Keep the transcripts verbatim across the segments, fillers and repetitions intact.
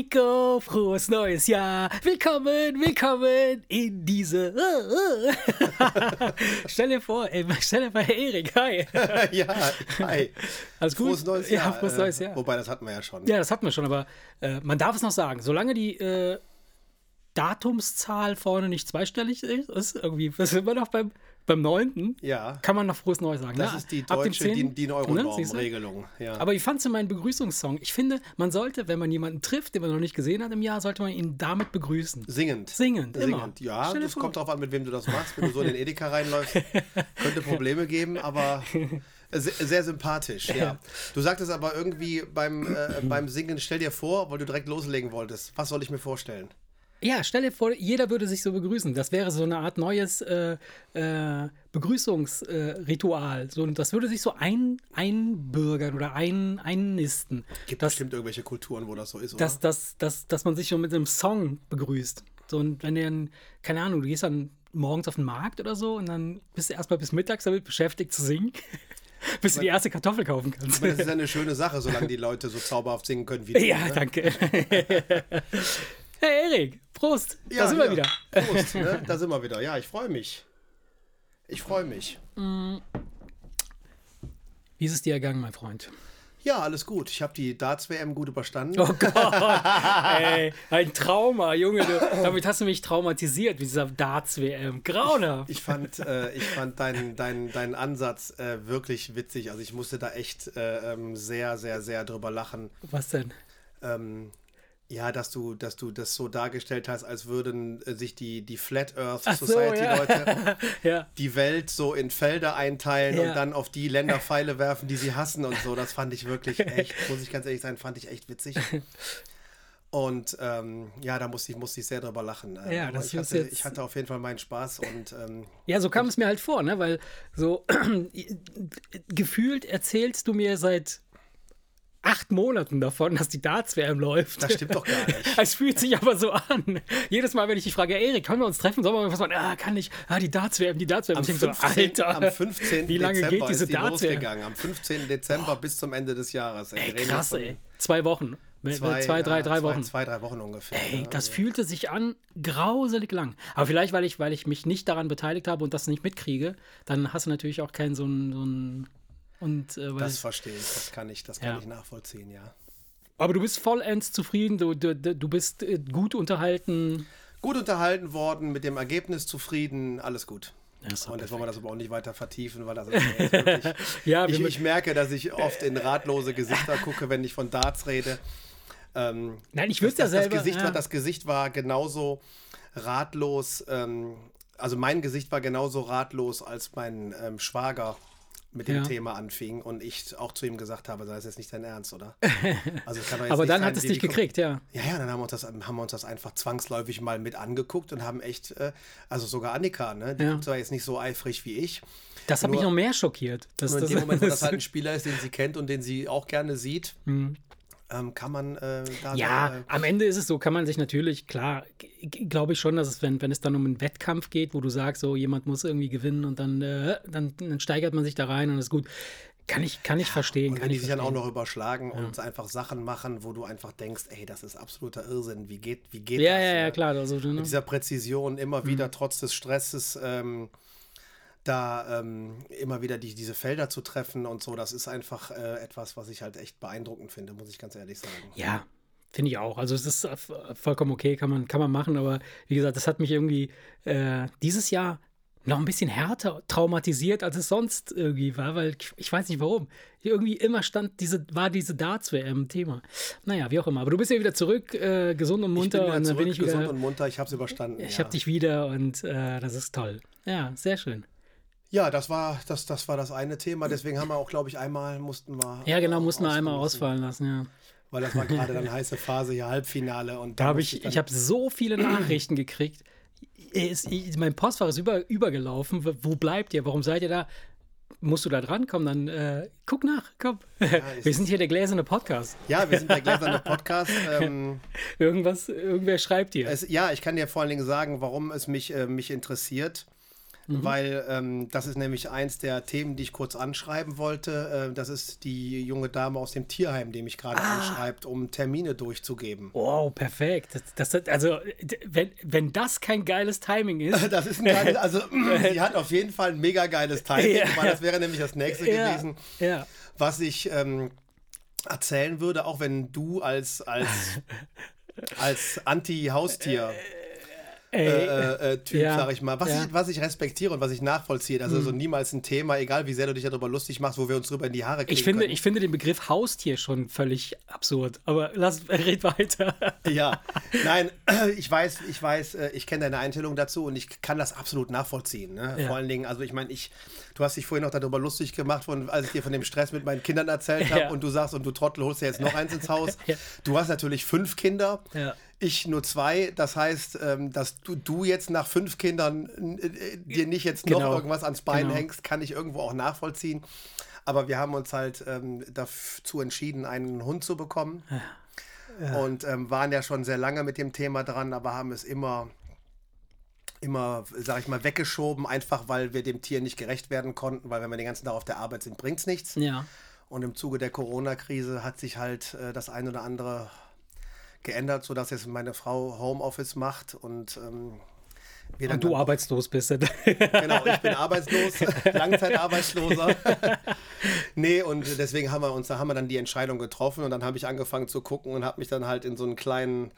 Nico, frohes neues Jahr. Willkommen, willkommen in diese... Stell dir vor, ey, stell dir vor, Herr Erik, hi. Ja, hi. Alles gut? Frohes neues Jahr. Ja, frohes neues Jahr. Äh, wobei, das hatten wir ja schon. Ja, das hatten wir schon, aber äh, man darf es noch sagen. Solange die äh, Datumszahl vorne nicht zweistellig ist, ist irgendwie, was sind wir noch beim, beim neunten Ja. Kann man noch frohes Neues sagen. Das ne? ist die Ab dem deutsche zehnten die, die Euronorm-Regelung. Ja. Aber wie fandst du meinen Begrüßungssong? Ich finde, man sollte, wenn man jemanden trifft, den man noch nicht gesehen hat im Jahr, sollte man ihn damit begrüßen. Singend. Singend, immer. Singend. Ja, Stell dir das vor. kommt drauf an, mit wem du das machst. Wenn du so in den Edeka reinläufst, könnte Probleme geben, aber sehr, sehr sympathisch, ja. Du sagtest aber irgendwie beim, äh, beim Singen, stell dir vor, weil du direkt loslegen wolltest. Was soll ich mir vorstellen? Ja, stell dir vor, jeder würde sich so begrüßen. Das wäre so eine Art neues äh, äh, Begrüßungsritual. Äh, so, das würde sich so ein, einbürgern oder ein, einnisten. Gibt dass, bestimmt irgendwelche Kulturen, wo das so ist, oder? dass, dass, dass, dass man sich schon mit einem Song begrüßt. So, und wenn du, keine Ahnung, du gehst dann morgens auf den Markt oder so und dann bist du erstmal bis mittags damit beschäftigt zu singen, bis du die erste Kartoffel kaufen kannst. Ich meine, das ist ja eine schöne Sache, solange die Leute so zauberhaft singen können wie du. Ja, ne? danke. Hey Erik, Prost, Ja, da sind wir ja. wieder. Prost, ne? Da sind wir wieder. Ja, ich freue mich. Ich freue mich. Wie ist es dir ergangen, mein Freund? Ja, alles gut. Ich habe die Darts-W M gut überstanden. Oh Gott, ey, ein Trauma, Junge, du, damit hast du mich traumatisiert, mit dieser Darts-W M. Grauenhaft. Ich fand, äh, ich fand deinen dein, dein Ansatz äh, wirklich witzig. Also ich musste da echt äh, ähm, sehr, sehr, sehr drüber lachen. Was denn? Ähm, ja, dass du, dass du das so dargestellt hast, als würden äh, sich die, die Flat Earth Ach so, Society-Leute ja. ja. die Welt so in Felder einteilen Ja. und dann auf die Länder Pfeile werfen, die sie hassen und so. Das fand ich wirklich echt, muss ich ganz ehrlich sein, fand ich echt witzig. Und ähm, ja, da musste ich, musste ich sehr drüber lachen. Ähm, Ja, aber das ich, ist hatte, jetzt- ich hatte auf jeden Fall meinen Spaß und ähm, Ja, so kam es mir halt vor, ne? Weil so gefühlt erzählst du mir seit acht Monaten davon, dass die Darts-W M läuft. das stimmt doch gar nicht. Es fühlt sich aber so an. Jedes Mal, wenn ich dich frage, Erik, können wir uns treffen? Sollen wir was machen? Ah, kann ich. Ah, die Darts-W M, die Darts-W M. Am Ich denk so, fünfzehnten Alter, am fünfzehnten wie lange Dezember geht diese ist die Darts-W M? losgegangen. Am fünfzehnten Dezember bis zum Ende des Jahres. Ey, Wir reden krass, von ey. Zwei Wochen. Zwei, Zwei, drei, ja, drei zwei, Wochen. Zwei, drei Wochen ungefähr. Ey, ne? das Also, fühlte sich an grauselig lang. Aber vielleicht, weil ich, weil ich mich nicht daran beteiligt habe und das nicht mitkriege, dann hast du natürlich auch keinen so einen. So einen und, äh, weil das verstehe ich, das kann ich, das kann Ja. ich nachvollziehen, ja. aber du bist vollends zufrieden, du, du, du bist äh, gut unterhalten. Gut unterhalten worden, mit dem Ergebnis zufrieden, alles gut. Ja, ist doch Und jetzt wollen wir das aber auch nicht weiter vertiefen, weil das ist jetzt wirklich, Ja, ich, wir- ich merke, dass ich oft in ratlose Gesichter gucke, wenn ich von Darts rede. Ähm, Nein, ich würde das, ja das, selber. das, Gesicht ja. war, das Gesicht war genauso ratlos, ähm, also mein Gesicht war genauso ratlos, als mein ähm, Schwager mit dem Ja. Thema anfing und ich auch zu ihm gesagt habe, sei es jetzt nicht dein Ernst, oder? Also es kann doch jetzt aber nicht dann sein, hat es wie- dich wie- gekriegt, ja. Ja, ja, dann haben wir uns das, haben wir uns das einfach zwangsläufig mal mit angeguckt und haben echt, äh, also sogar Annika, ne, die Ja. guckt zwar jetzt nicht so eifrig wie ich. Das hat mich Nur- noch mehr schockiert. Das, Nur in das, dem Moment, wo das halt ein Spieler ist, den sie kennt und den sie auch gerne sieht, ähm, kann man äh, da ja, äh, am Ende ist es so, kann man sich natürlich, klar, glaube ich schon, dass es, wenn, wenn es dann um einen Wettkampf geht, wo du sagst, so jemand muss irgendwie gewinnen und dann, äh, dann, dann steigert man sich da rein und ist gut. Kann ich, kann ich verstehen. und Kann wenn die ich sich dann auch verstehen. noch überschlagen und einfach Sachen machen, wo du einfach denkst, ey, das ist absoluter Irrsinn, wie geht, wie geht Ja, das? ja, ja, ne? klar. Also, ne? Mit dieser Präzision immer Mhm. wieder, trotz des Stresses, ähm, da ähm, immer wieder die, diese Felder zu treffen und so, das ist einfach äh, etwas, was ich halt echt beeindruckend finde, muss ich ganz ehrlich sagen. Ja, finde ich auch. Also es ist äh, vollkommen okay, kann man, kann man machen, aber wie gesagt, das hat mich irgendwie äh, dieses Jahr noch ein bisschen härter traumatisiert, als es sonst irgendwie war, weil ich, ich weiß nicht warum. Irgendwie immer stand diese, war diese Darts-W M Thema. Naja, wie auch immer. Aber du bist ja wieder zurück, äh, gesund und munter. ich bin wieder und dann zurück, bin ich gesund wieder, und munter, ich habe es überstanden. ich ja. habe dich wieder und äh, das ist toll. Ja, sehr schön. Ja, das war das, das war das eine Thema. Deswegen haben wir auch, glaube ich, einmal mussten wir. Ja, genau, mussten wir ausfallen einmal lassen, ausfallen lassen, ja. Weil das war gerade dann heiße Phase, hier Halbfinale. Und Da habe musste ich, dann- ich habe so viele Nachrichten gekriegt. Es, ich, mein Postfach ist über, übergelaufen. Wo- Wo bleibt ihr? Warum seid ihr da? Musst du da drankommen? Dann äh, guck nach, komm. es Wir sind hier der gläserne Podcast. Ja, wir sind der gläserne Podcast. Ähm, Irgendwas, irgendwer schreibt dir. es, ja, ich kann dir vor allen Dingen sagen, warum es mich, äh, mich interessiert. Mhm. weil ähm, das ist nämlich eins der Themen, die ich kurz anschreiben wollte. Äh, das ist die junge Dame aus dem Tierheim, die mich gerade Ah. anschreibt, um Termine durchzugeben. Wow, perfekt. Das, das, also, d- wenn, wenn das kein geiles Timing ist. Das ist ein geiles, also sie hat auf jeden Fall ein mega geiles Timing, Ja. weil das wäre nämlich das nächste Ja, gewesen, ja. was ich ähm, erzählen würde, auch wenn du als, als, als Anti-Haustier Ey, äh, äh, Typ, ja, sag ich mal, was, ja. ich, was ich respektiere und was ich nachvollziehe. Das ist also niemals ein Thema, egal wie sehr du dich darüber lustig machst, wo wir uns drüber in die Haare kriegen Ich finde, können. ich finde den Begriff Haustier schon völlig absurd. Aber lass, red weiter. Ja, nein, ich weiß, ich weiß, äh, ich kenne deine Einstellung dazu und ich kann das absolut nachvollziehen. Ne? Ja. Vor allen Dingen, also ich meine, ich, du hast dich vorhin noch darüber lustig gemacht, von, als ich dir von dem Stress mit meinen Kindern erzählt habe Ja. und du sagst, und du Trottel holst dir jetzt noch eins ins Haus. Ja. Du hast natürlich fünf Kinder. Ja. Ich nur zwei, das heißt, ähm, dass du, du jetzt nach fünf Kindern äh, dir nicht jetzt noch Genau. irgendwas ans Bein Genau. hängst, kann ich irgendwo auch nachvollziehen. Aber wir haben uns halt ähm, dazu entschieden, einen Hund zu bekommen. Und ähm, waren ja schon sehr lange mit dem Thema dran, aber haben es immer, immer, sag ich mal, weggeschoben, einfach weil wir dem Tier nicht gerecht werden konnten, weil wenn wir den ganzen Tag auf der Arbeit sind, bringt es nichts. Ja. Und im Zuge der Corona-Krise hat sich halt äh, das ein oder andere geändert, sodass jetzt meine Frau Homeoffice macht und ähm, wir dann Und du dann- arbeitslos bist. Genau, ich bin arbeitslos, Langzeitarbeitsloser. Nee, und deswegen haben wir uns, da haben wir dann die Entscheidung getroffen und dann habe ich angefangen zu gucken und habe mich dann halt in so einen kleinen,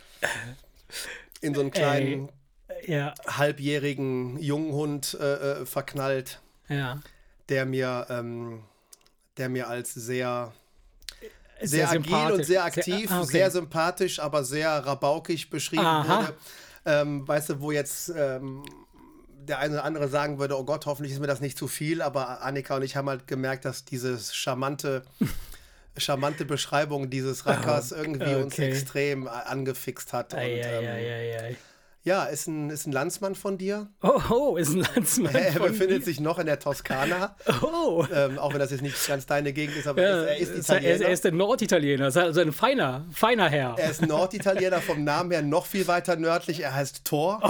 in so einen kleinen Ja, halbjährigen Junghund äh, äh, verknallt, ja. der mir, ähm, der mir als sehr Sehr sehr, agil und sympathisch. sehr aktiv, Sehr- ah, okay. sehr sympathisch, aber sehr rabaukig beschrieben Aha. wurde. Ähm, weißt du, wo jetzt ähm, der eine oder andere sagen würde, oh Gott, hoffentlich ist mir das nicht zu viel, aber Annika und ich haben halt gemerkt, dass diese charmante, charmante Beschreibung dieses Rackers irgendwie uns okay. extrem äh, angefixt hat. Und, Ei, ei, ähm, ei, ei, ei. ja, ist ein, ist ein Landsmann von dir. Oh, oh, ist ein Landsmann. Er von befindet mir. sich noch in der Toskana, Oh. ähm, auch wenn das jetzt nicht ganz deine Gegend ist, aber Ja, er ist, er ist er, ist, Italiener. er ist der Norditaliener, ist also ein feiner, feiner Herr. Er ist Norditaliener, vom Namen her noch viel weiter nördlich. Er heißt Thor.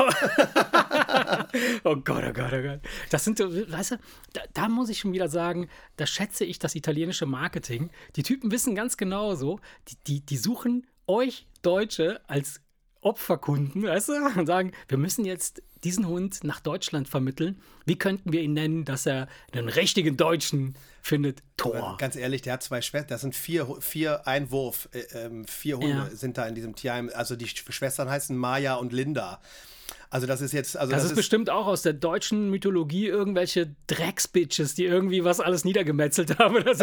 Oh Gott, oh Gott, oh Gott. Das sind, so, weißt du, da, da muss ich schon wieder sagen, da schätze ich das italienische Marketing. Die Typen wissen ganz genau so, die, die, die suchen euch Deutsche als Opferkunden, weißt du, und sagen, wir müssen jetzt diesen Hund nach Deutschland vermitteln. Wie könnten wir ihn nennen, dass er einen richtigen Deutschen findet? Thor. Ganz ehrlich, der hat zwei Schwestern. Das sind vier, vier Einwurf. Äh, ähm, vier Hunde Ja. sind da in diesem Tierheim. Also die Schwestern heißen Maja und Linda. Also das ist jetzt. Also Das, das, ist bestimmt auch aus der deutschen Mythologie irgendwelche Drecksbitches, die irgendwie was alles niedergemetzelt haben. Das,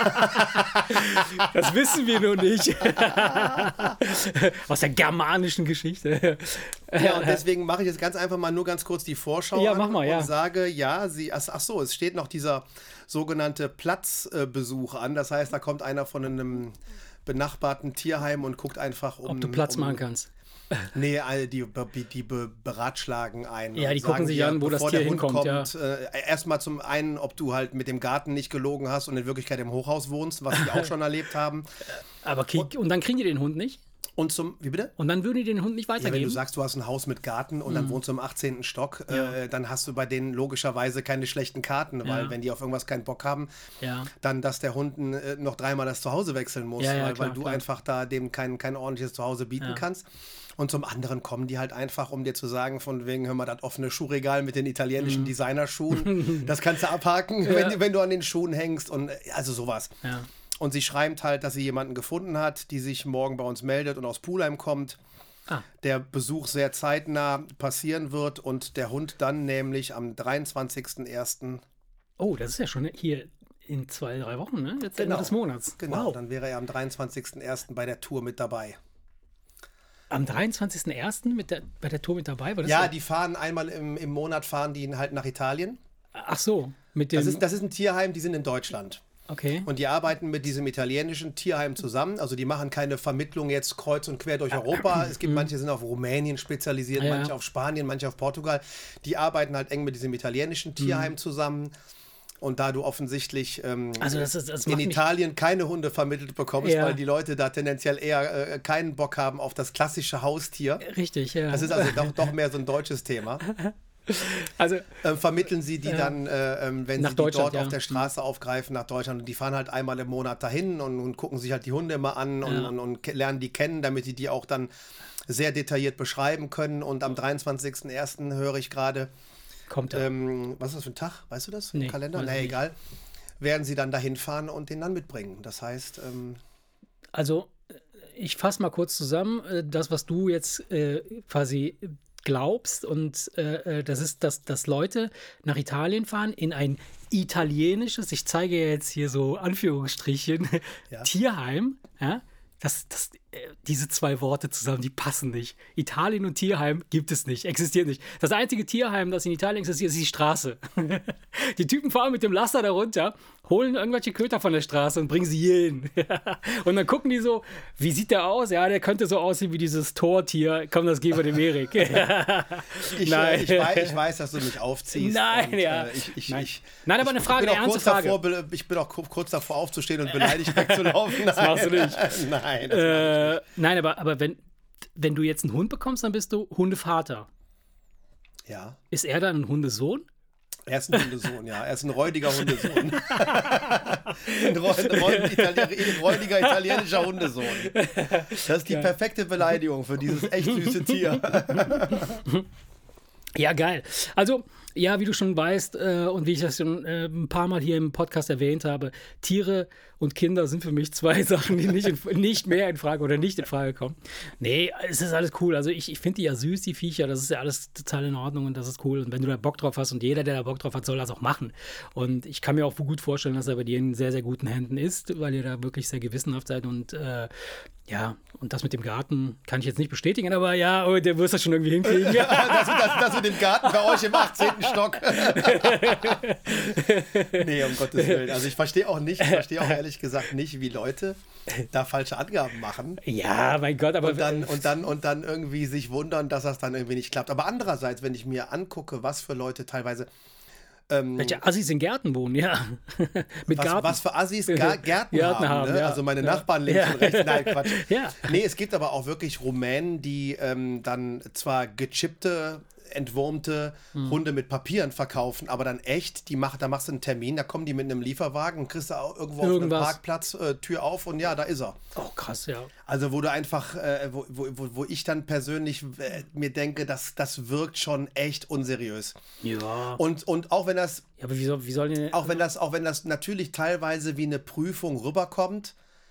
das wissen wir nur nicht. Aus der germanischen Geschichte. Ja, und deswegen mache ich jetzt ganz einfach mal nur ganz kurz die Vorschau Ja, an mach mal, und ja. sage, ja, sie, ach, ach so, es steht noch dieser sogenannte Platzbesuch an. Das heißt, da kommt einer von einem benachbarten Tierheim und guckt einfach um. Ob du Platz um, machen kannst. Nee, all die, die, die be- beratschlagen einen. Ja, und die gucken sagen sich dir, an, wo das bevor Tier der Hund hinkommt, kommt, äh, erstmal zum einen, ob du halt mit dem Garten nicht gelogen hast und in Wirklichkeit im Hochhaus wohnst, was die auch schon erlebt haben. Aber krieg, und dann kriegen die den Hund nicht? Und zum, wie bitte? Und dann würden die den Hund nicht Ja, wenn du weitergeben? sagst, du hast ein Haus mit Garten und Mhm. dann wohnst du im achtzehnten Stock, äh, dann hast du bei denen logischerweise keine schlechten Karten, weil Ja. wenn die auf irgendwas keinen Bock haben, Ja. dann, dass der Hund äh, noch dreimal das Zuhause wechseln muss, Ja, ja, weil, klar, weil du klar. einfach da dem kein, kein ordentliches Zuhause bieten Ja. kannst. Und zum anderen kommen die halt einfach, um dir zu sagen, von wegen, hör mal, das offene Schuhregal mit den italienischen Mhm. Designerschuhen, das kannst du abhaken, wenn, du- wenn du an den Schuhen hängst und äh, also sowas. Ja. Und sie schreibt halt, dass sie jemanden gefunden hat, die sich morgen bei uns meldet und aus Pulheim kommt. Ah. Der Besuch sehr zeitnah passieren wird und der Hund dann nämlich am dreiundzwanzigsten ersten Oh, das ist ja schon hier in zwei, drei Wochen, ne? Jetzt Ende Genau. des Monats. Genau, Wow. dann wäre er am dreiundzwanzigsten ersten bei der Tour mit dabei. Am dreiundzwanzigsten ersten mit der, bei der Tour mit dabei? War das Ja, so? die fahren einmal im, im Monat, fahren die halt nach Italien. Ach so, mit dem. Das ist, das ist ein Tierheim, die sind in Deutschland. okay. Und die arbeiten mit diesem italienischen Tierheim zusammen. Also die machen keine Vermittlung jetzt kreuz und quer durch Europa. Es gibt manche sind auf Rumänien spezialisiert, Ja. manche auf Spanien, manche auf Portugal. Die arbeiten halt eng mit diesem italienischen Tierheim zusammen. Und da du offensichtlich ähm, Also das ist- das in macht mich- Italien keine Hunde vermittelt bekommst, Ja. weil die Leute da tendenziell eher äh, keinen Bock haben auf das klassische Haustier. Richtig, ja. Das ist also doch, doch mehr so ein deutsches Thema. Also, äh, vermitteln sie die äh, dann, äh, wenn sie die dort ja. auf der Straße aufgreifen, nach Deutschland. Und die fahren halt einmal im Monat dahin und, und gucken sich halt die Hunde immer an und, ja. und, und lernen die kennen, damit sie die auch dann sehr detailliert beschreiben können. Und am dreiundzwanzigsten ersten höre ich gerade, kommt er. Ähm, was ist das für ein Tag? Weißt du das? Nee, Kalender? Nee, egal. Werden sie dann dahin fahren und den dann mitbringen. Das heißt... Ähm, also, ich fasse mal kurz zusammen. Das, was du jetzt äh, quasi glaubst, und äh, das ist, dass, dass Leute nach Italien fahren in ein italienisches, ich zeige jetzt hier so Anführungsstrichen, ja. Tierheim, ja? Das, das, diese zwei Worte zusammen, die passen nicht. Italien und Tierheim gibt es nicht, existiert nicht. Das einzige Tierheim, das in Italien existiert, ist die Straße. Die Typen fahren mit dem Laster da runter, holen irgendwelche Köter von der Straße und bringen sie hier hin. Und dann gucken die so, wie sieht der aus? Ja, der könnte so aussehen wie dieses Tortier. Komm, das geben wir dem Erik. ich, Nein. Äh, ich, weiß, ich weiß, dass du mich aufziehst. Nein, und, ja. Äh, ich, ich, Nein. Ich, Nein, aber eine Frage, eine ernste Frage. Davor, ich bin auch kurz davor aufzustehen und beleidigt wegzulaufen. Das machst du nicht. Nein, das äh, nicht. Nein, aber, aber wenn, wenn du jetzt einen Hund bekommst, dann bist du Hundevater. Ja. Ist er dann ein Hundesohn? Er ist ein Hundesohn, ja. Er ist ein räudiger Hundesohn. ein räudiger italienischer Hundesohn. Das ist die geil. perfekte Beleidigung für dieses echt süße Tier. Ja, geil. Also, ja, wie du schon weißt äh, und wie ich das schon äh, ein paar Mal hier im Podcast erwähnt habe, Tiere und Kinder sind für mich zwei Sachen, die nicht, in, nicht mehr in Frage oder nicht in Frage kommen. Nee, es ist alles cool. Also ich, ich finde die ja süß, die Viecher. Das ist ja alles total in Ordnung und das ist cool. Und wenn du da Bock drauf hast und jeder, der da Bock drauf hat, soll das auch machen. Und ich kann mir auch gut vorstellen, dass er bei dir in sehr, sehr guten Händen ist, weil ihr da wirklich sehr gewissenhaft seid. Und äh, ja, und das mit dem Garten kann ich jetzt nicht bestätigen, aber ja, oh, der wirst das schon irgendwie hinkriegen. das, das, das mit dem Garten bei euch im achtzehnten Stock. Nee, um Gottes Willen. Also ich verstehe auch nicht, ich verstehe auch ehrlich gesagt nicht, wie Leute da falsche Angaben machen. Ja, mein Gott, aber... Und dann, und dann, und dann irgendwie sich wundern, dass das dann irgendwie nicht klappt. Aber andererseits, wenn ich mir angucke, was für Leute teilweise... Ähm, Welche Assis in Gärten wohnen, ja. Mit was, Garten. was für Assis Ga- Gärten, Gärten haben, haben ne? ja. Also meine ja. Nachbarn links ja. und rechts. Nein, Quatsch. Ja. Nee, es gibt aber auch wirklich Rumänen, die ähm, dann zwar gechippte, entwurmte hm. Hunde mit Papieren verkaufen, aber dann echt, die mach, da machst du einen Termin, da kommen die mit einem Lieferwagen und kriegst du auch irgendwo Irgendwas. auf einem Parkplatz, äh, Tür auf und ja, da ist er. Oh, krass, ja. Also wo du einfach, äh, wo, wo, wo ich dann persönlich äh, mir denke, das, das wirkt schon echt unseriös. Ja. Und, und auch wenn das, ja, aber wie soll, wie soll denn, auch wenn das, auch wenn das natürlich teilweise wie eine Prüfung rüberkommt,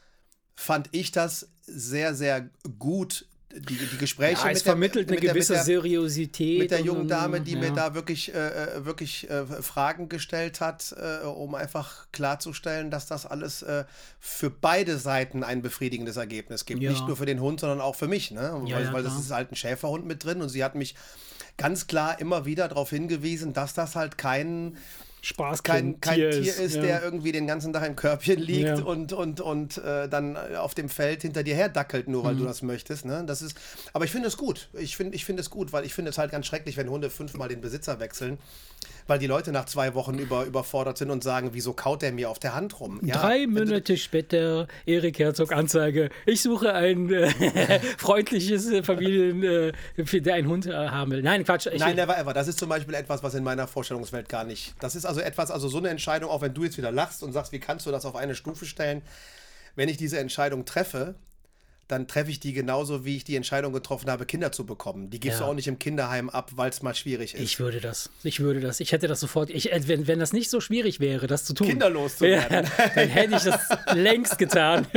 fand ich das sehr, sehr gut. Die, die Gespräche ja, es mit vermittelt der, eine mit gewisse der, mit der, Seriosität. Mit der jungen Dame, die ja. mir da wirklich, äh, wirklich äh, Fragen gestellt hat, äh, um einfach klarzustellen, dass das alles äh, für beide Seiten ein befriedigendes Ergebnis gibt. Ja. Nicht nur für den Hund, sondern auch für mich. Ne? Ja, weil ja, weil das ist halt ein Schäferhund mit drin und sie hat mich ganz klar immer wieder darauf hingewiesen, dass das halt kein... Spaß kein, kein Tier, Tier ist, ist ja. der irgendwie den ganzen Tag im Körbchen liegt ja. und, und, und äh, dann auf dem Feld hinter dir her dackelt, nur weil mhm. du das möchtest. Ne? Das ist, aber ich finde es gut. Ich finde ich find es gut, weil ich finde es halt ganz schrecklich, wenn Hunde fünfmal den Besitzer wechseln, weil die Leute nach zwei Wochen über, überfordert sind und sagen, wieso kaut der mir auf der Hand rum? Ja, Drei Monate später, Erik Herzog Anzeige, ich suche ein äh, freundliches äh, Familien, äh, der einen Hund äh, haben will. Nein, Quatsch. Ich, Nein, never ever. Das ist zum Beispiel etwas, was in meiner Vorstellungswelt gar nicht. Das ist also etwas, also so eine Entscheidung, auch wenn du jetzt wieder lachst und sagst, wie kannst du das auf eine Stufe stellen? Wenn ich diese Entscheidung treffe, dann treffe ich die genauso, wie ich die Entscheidung getroffen habe, Kinder zu bekommen. Die gibst ja. du auch nicht im Kinderheim ab, weil es mal schwierig ist. Ich würde das. Ich würde das. Ich hätte das sofort. Ich, wenn, wenn das nicht so schwierig wäre, das zu tun. Kinderlos zu werden. Ja, dann hätte ich das längst getan.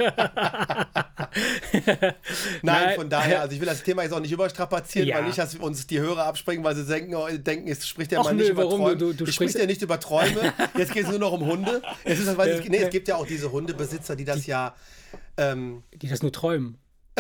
Nein, Nein, von daher, also ich will das Thema jetzt auch nicht überstrapazieren, ja. weil nicht, dass uns die Hörer abspringen, weil sie denken, oh, denken es spricht ja mal nö, nicht über warum? Träume. Du, du ich sprichst spricht ja nicht über Träume. Jetzt geht es nur noch um Hunde. Es, ist, weil es, nee, es gibt ja auch diese Hundebesitzer, die das die, ja... Ähm, die das nur träumen.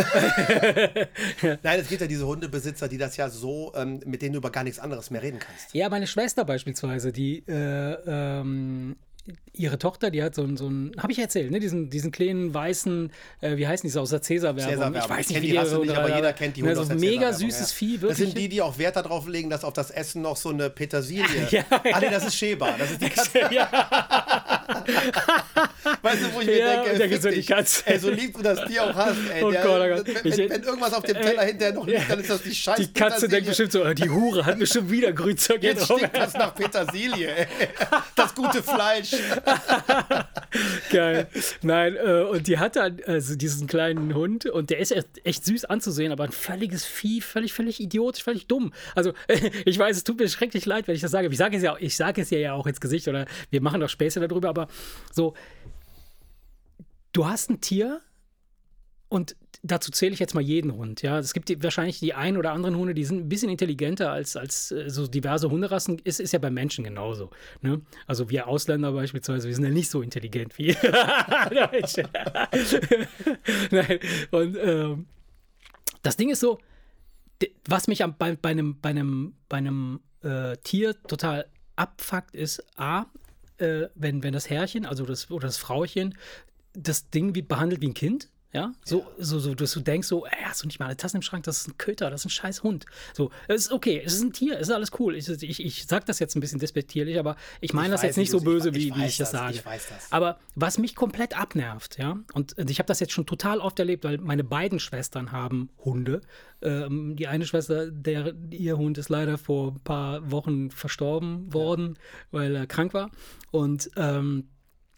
Nein, es gibt ja diese Hundebesitzer, die das ja so, ähm, mit denen du über gar nichts anderes mehr reden kannst. Ja, meine Schwester beispielsweise, die äh, ähm, ihre Tochter, die hat so ein, so ein habe ich erzählt, ne, diesen, diesen kleinen weißen, äh, wie heißen die so, aus der Cäsar-Werbung? Cäsar-Werbung. Ich weiß Ich nicht, wie die Rasse nicht, aber jeder kennt die Hunde ne, aus so der mega Cäsar-Werbung, süßes ja. Vieh, wirklich. Das sind die, die auch Wert darauf legen, dass auf das Essen noch so eine Petersilie... ja, Ah, nee, das ist Sheba. Das ist die Katze. ja. Weißt du, wo ich mir Ja, denke, der fick so die dich. Katze. Ey, so lieb du das Tier auch hast, ey. Oh Der, Gott, oh Gott. wenn, Ich- wenn, wenn irgendwas auf dem Teller hinterher noch liegt, dann ist das die Scheiße. Die Katze denkt bestimmt so, äh, die Hure hat bestimmt wieder Grünzeug hier Jetzt drauf. stinkt das nach Petersilie, ey. Das gute Fleisch. Geil. Nein, äh, und die hat dann also diesen kleinen Hund und der ist echt, echt süß anzusehen, aber ein völliges Vieh, völlig, völlig idiotisch, völlig dumm. Also ich weiß, es tut mir schrecklich leid, wenn ich das sage. Ich sage es ja, ich sage es ja auch ins Gesicht oder wir machen doch Späße darüber, aber so, du hast ein Tier und dazu zähle ich jetzt mal jeden Hund. Ja, es gibt die, wahrscheinlich die ein oder anderen Hunde, die sind ein bisschen intelligenter als, als äh, so diverse Hunderassen. Ist, ist ja bei Menschen genauso. Ne? Also wir Ausländer beispielsweise, wir sind ja nicht so intelligent wie Deutsche. Nein. Und ähm, das Ding ist so, d- was mich am, bei, bei einem, bei einem, bei einem äh, Tier total abfuckt, ist A, äh, wenn, wenn das Herrchen, also das, oder das Frauchen, das Ding wie, behandelt wie ein Kind. Ja, so, ja. So, so, dass du denkst so, ey, hast du nicht mal alle Tassen im Schrank, das ist ein Köter, das ist ein scheiß Hund. So, es ist okay, es ist ein Tier, es ist alles cool. Ich, ich, ich sag das jetzt ein bisschen despektierlich, aber ich meine das jetzt nicht so böse, wie, wie ich das sage. Ich weiß das. Aber was mich komplett abnervt, ja, und ich habe das jetzt schon total oft erlebt, weil meine beiden Schwestern haben Hunde. Ähm, die eine Schwester, der, ihr Hund ist leider vor ein paar Wochen verstorben worden, ja. weil er krank war. Und ähm,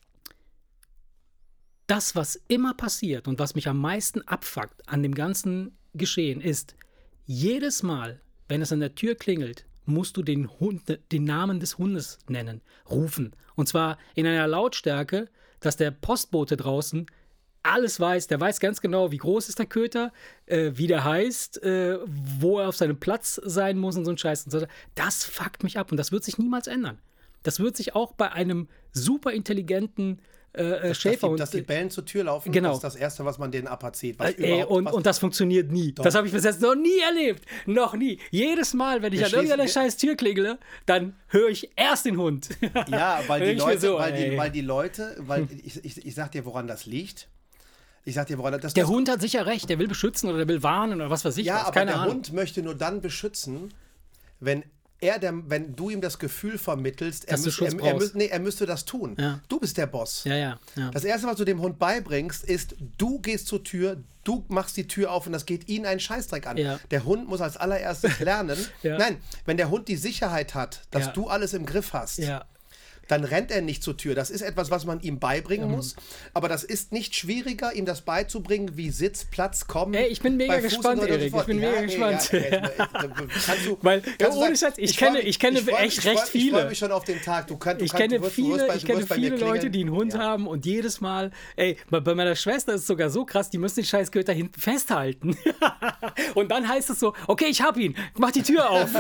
das, was immer passiert und was mich am meisten abfuckt an dem ganzen Geschehen, ist, jedes Mal, wenn es an der Tür klingelt, musst du den, Hund, den Namen des Hundes nennen, rufen. Und zwar in einer Lautstärke, dass der Postbote draußen alles weiß. Der weiß ganz genau, wie groß ist der Köter, äh, wie der heißt, äh, wo er auf seinem Platz sein muss und so ein Scheiß. Und so. Das fuckt mich ab und das wird sich niemals ändern. Das wird sich auch bei einem super intelligenten Äh, Schäferhund. Dass die, dass die Bellen zur Tür laufen, genau. Das ist das Erste, was man denen aberzieht. Was äh, und, was und das funktioniert nie. Doch. Das habe ich bis jetzt noch nie erlebt. Noch nie. Jedes Mal, wenn ich wir an irgendeiner scheiß Tür klingle, dann höre ich erst den Hund. Ja, weil die Leute, so, weil, die, weil die Leute, weil ich, ich, ich sag dir, woran das liegt. Ich sag dir, woran das Der das Hund hat sicher recht, der will beschützen oder der will warnen oder was weiß ich. Ja, was. aber Keine der Ahnung. Hund möchte nur dann beschützen, wenn er, der, wenn du ihm das Gefühl vermittelst, er, müß, er, er, müß, nee, er müsste das tun. Ja. Du bist der Boss. Ja, ja, ja. Das Erste, was du dem Hund beibringst, ist, du gehst zur Tür, du machst die Tür auf und das geht ihn einen Scheißdreck an. Ja. Der Hund muss als allererstes lernen. Ja. Nein, wenn der Hund die Sicherheit hat, dass Ja. du alles im Griff hast, Ja. dann rennt er nicht zur Tür. Das ist etwas, was man ihm beibringen Mhm. muss. Aber das ist nicht schwieriger, ihm das beizubringen, wie Sitz, Platz, Kommen. Ey, ich bin mega bei gespannt, Fußen und so Erik. fort. Ich bin Ja, mega nee, gespannt. Ja, ja, kannst du, Weil, kannst ja, du ohne sagen, Scheiß, ich freu kenne- mich- ich kenne freu- echt ich freu- recht Ich viele. freue mich schon auf den Tag. Du kannst, du Ich kannst, kenne du wirst, du viele, wirst bei, ich du kenne wirst bei mir viele klingeln. Leute, die einen Hund Ja. haben und jedes Mal, ey, bei, bei meiner Schwester ist es sogar so krass, die müssen den scheiß Köter hinten festhalten. Und dann heißt es so, okay, ich hab ihn, mach die Tür auf.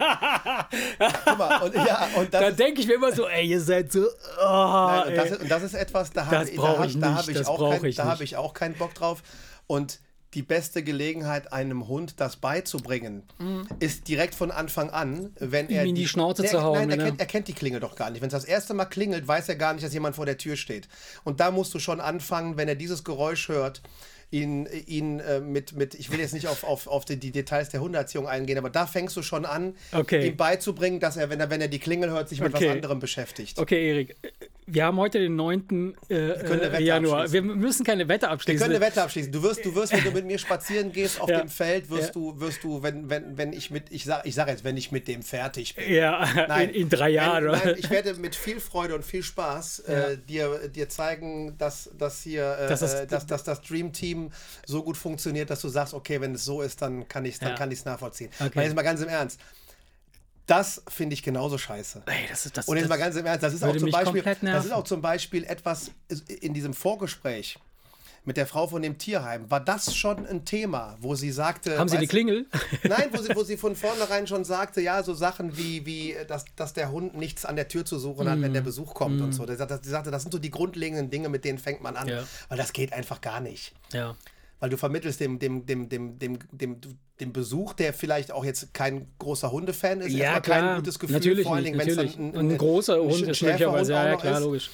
Guck mal, und, ja, und das Da ist, denke ich mir immer so, ey, ihr seid so, oh, nein, und, das ey. ist, und das ist etwas, da Das habe ich, da brauch hab, ich da nicht, hab ich, das auch brauch kein, ich da nicht. hab ich auch keinen Bock drauf. Und die beste Gelegenheit, einem Hund das beizubringen, ist direkt von Anfang an, wenn er Ihm in die Schnauze Nee, zu hauen, Nein, er, ne? kennt, er kennt die Klingel doch gar nicht. Wenn es das erste Mal klingelt, weiß er gar nicht, dass jemand vor der Tür steht. Und da musst du schon anfangen, wenn er dieses Geräusch hört, ihn, ihn äh, mit, mit, ich will jetzt nicht auf, auf, auf die, die Details der Hundeerziehung eingehen, aber da fängst du schon an, Okay. ihm beizubringen, dass er, wenn er, wenn er die Klingel hört, sich mit Okay. was anderem beschäftigt. Okay, Erik, wir haben heute den neunten können eine Äh, Wette Januar. Wir abschließen. müssen keine Wette Wir abschließen. können eine Wette abschließen. Du wirst, du wirst, wenn du mit mir spazieren gehst auf Ja. dem Feld, wirst Ja. du, wirst du, wenn, wenn, wenn ich mit, ich sag, ich sag jetzt, wenn ich mit dem fertig bin. Ja, in, in drei Jahren. Nein, oder? nein, ich werde mit viel Freude und viel Spaß Ja. äh, dir, dir zeigen, dass, dass hier äh, Das ist- äh, dass, dass das Dream Team so gut funktioniert, dass du sagst, okay, wenn es so ist, dann kann ich es dann Ja. kann ich's nachvollziehen. Okay. Weil jetzt mal ganz im Ernst, das finde ich genauso scheiße. Ey, das ist das. Und jetzt das, mal ganz im Ernst, das ist, auch würde zum mich Beispiel, komplett das ist nerven. auch zum Beispiel etwas in diesem Vorgespräch mit der Frau von dem Tierheim. War das schon ein Thema, wo sie sagte... haben Sie die weißt- Klingel? Nein, wo sie, wo sie von vornherein schon sagte, ja, so Sachen wie, wie dass, dass der Hund nichts an der Tür zu suchen hat, wenn der Besuch kommt und so. Sie sagte, sie sagte, das sind so die grundlegenden Dinge, mit denen fängt man an. Ja. Weil das geht einfach gar nicht. Ja. Weil du vermittelst dem, dem, dem, dem, dem, dem, dem Besuch, der vielleicht auch jetzt kein großer Hundefan ist, Ja, erstmal klar. kein gutes Gefühl, Natürlich vor allen nicht, Dingen, wenn es natürlich. dann Und ein großer Hund ist Schäferhund möglicherweise, ja, auch ja, noch klar, ist. logisch.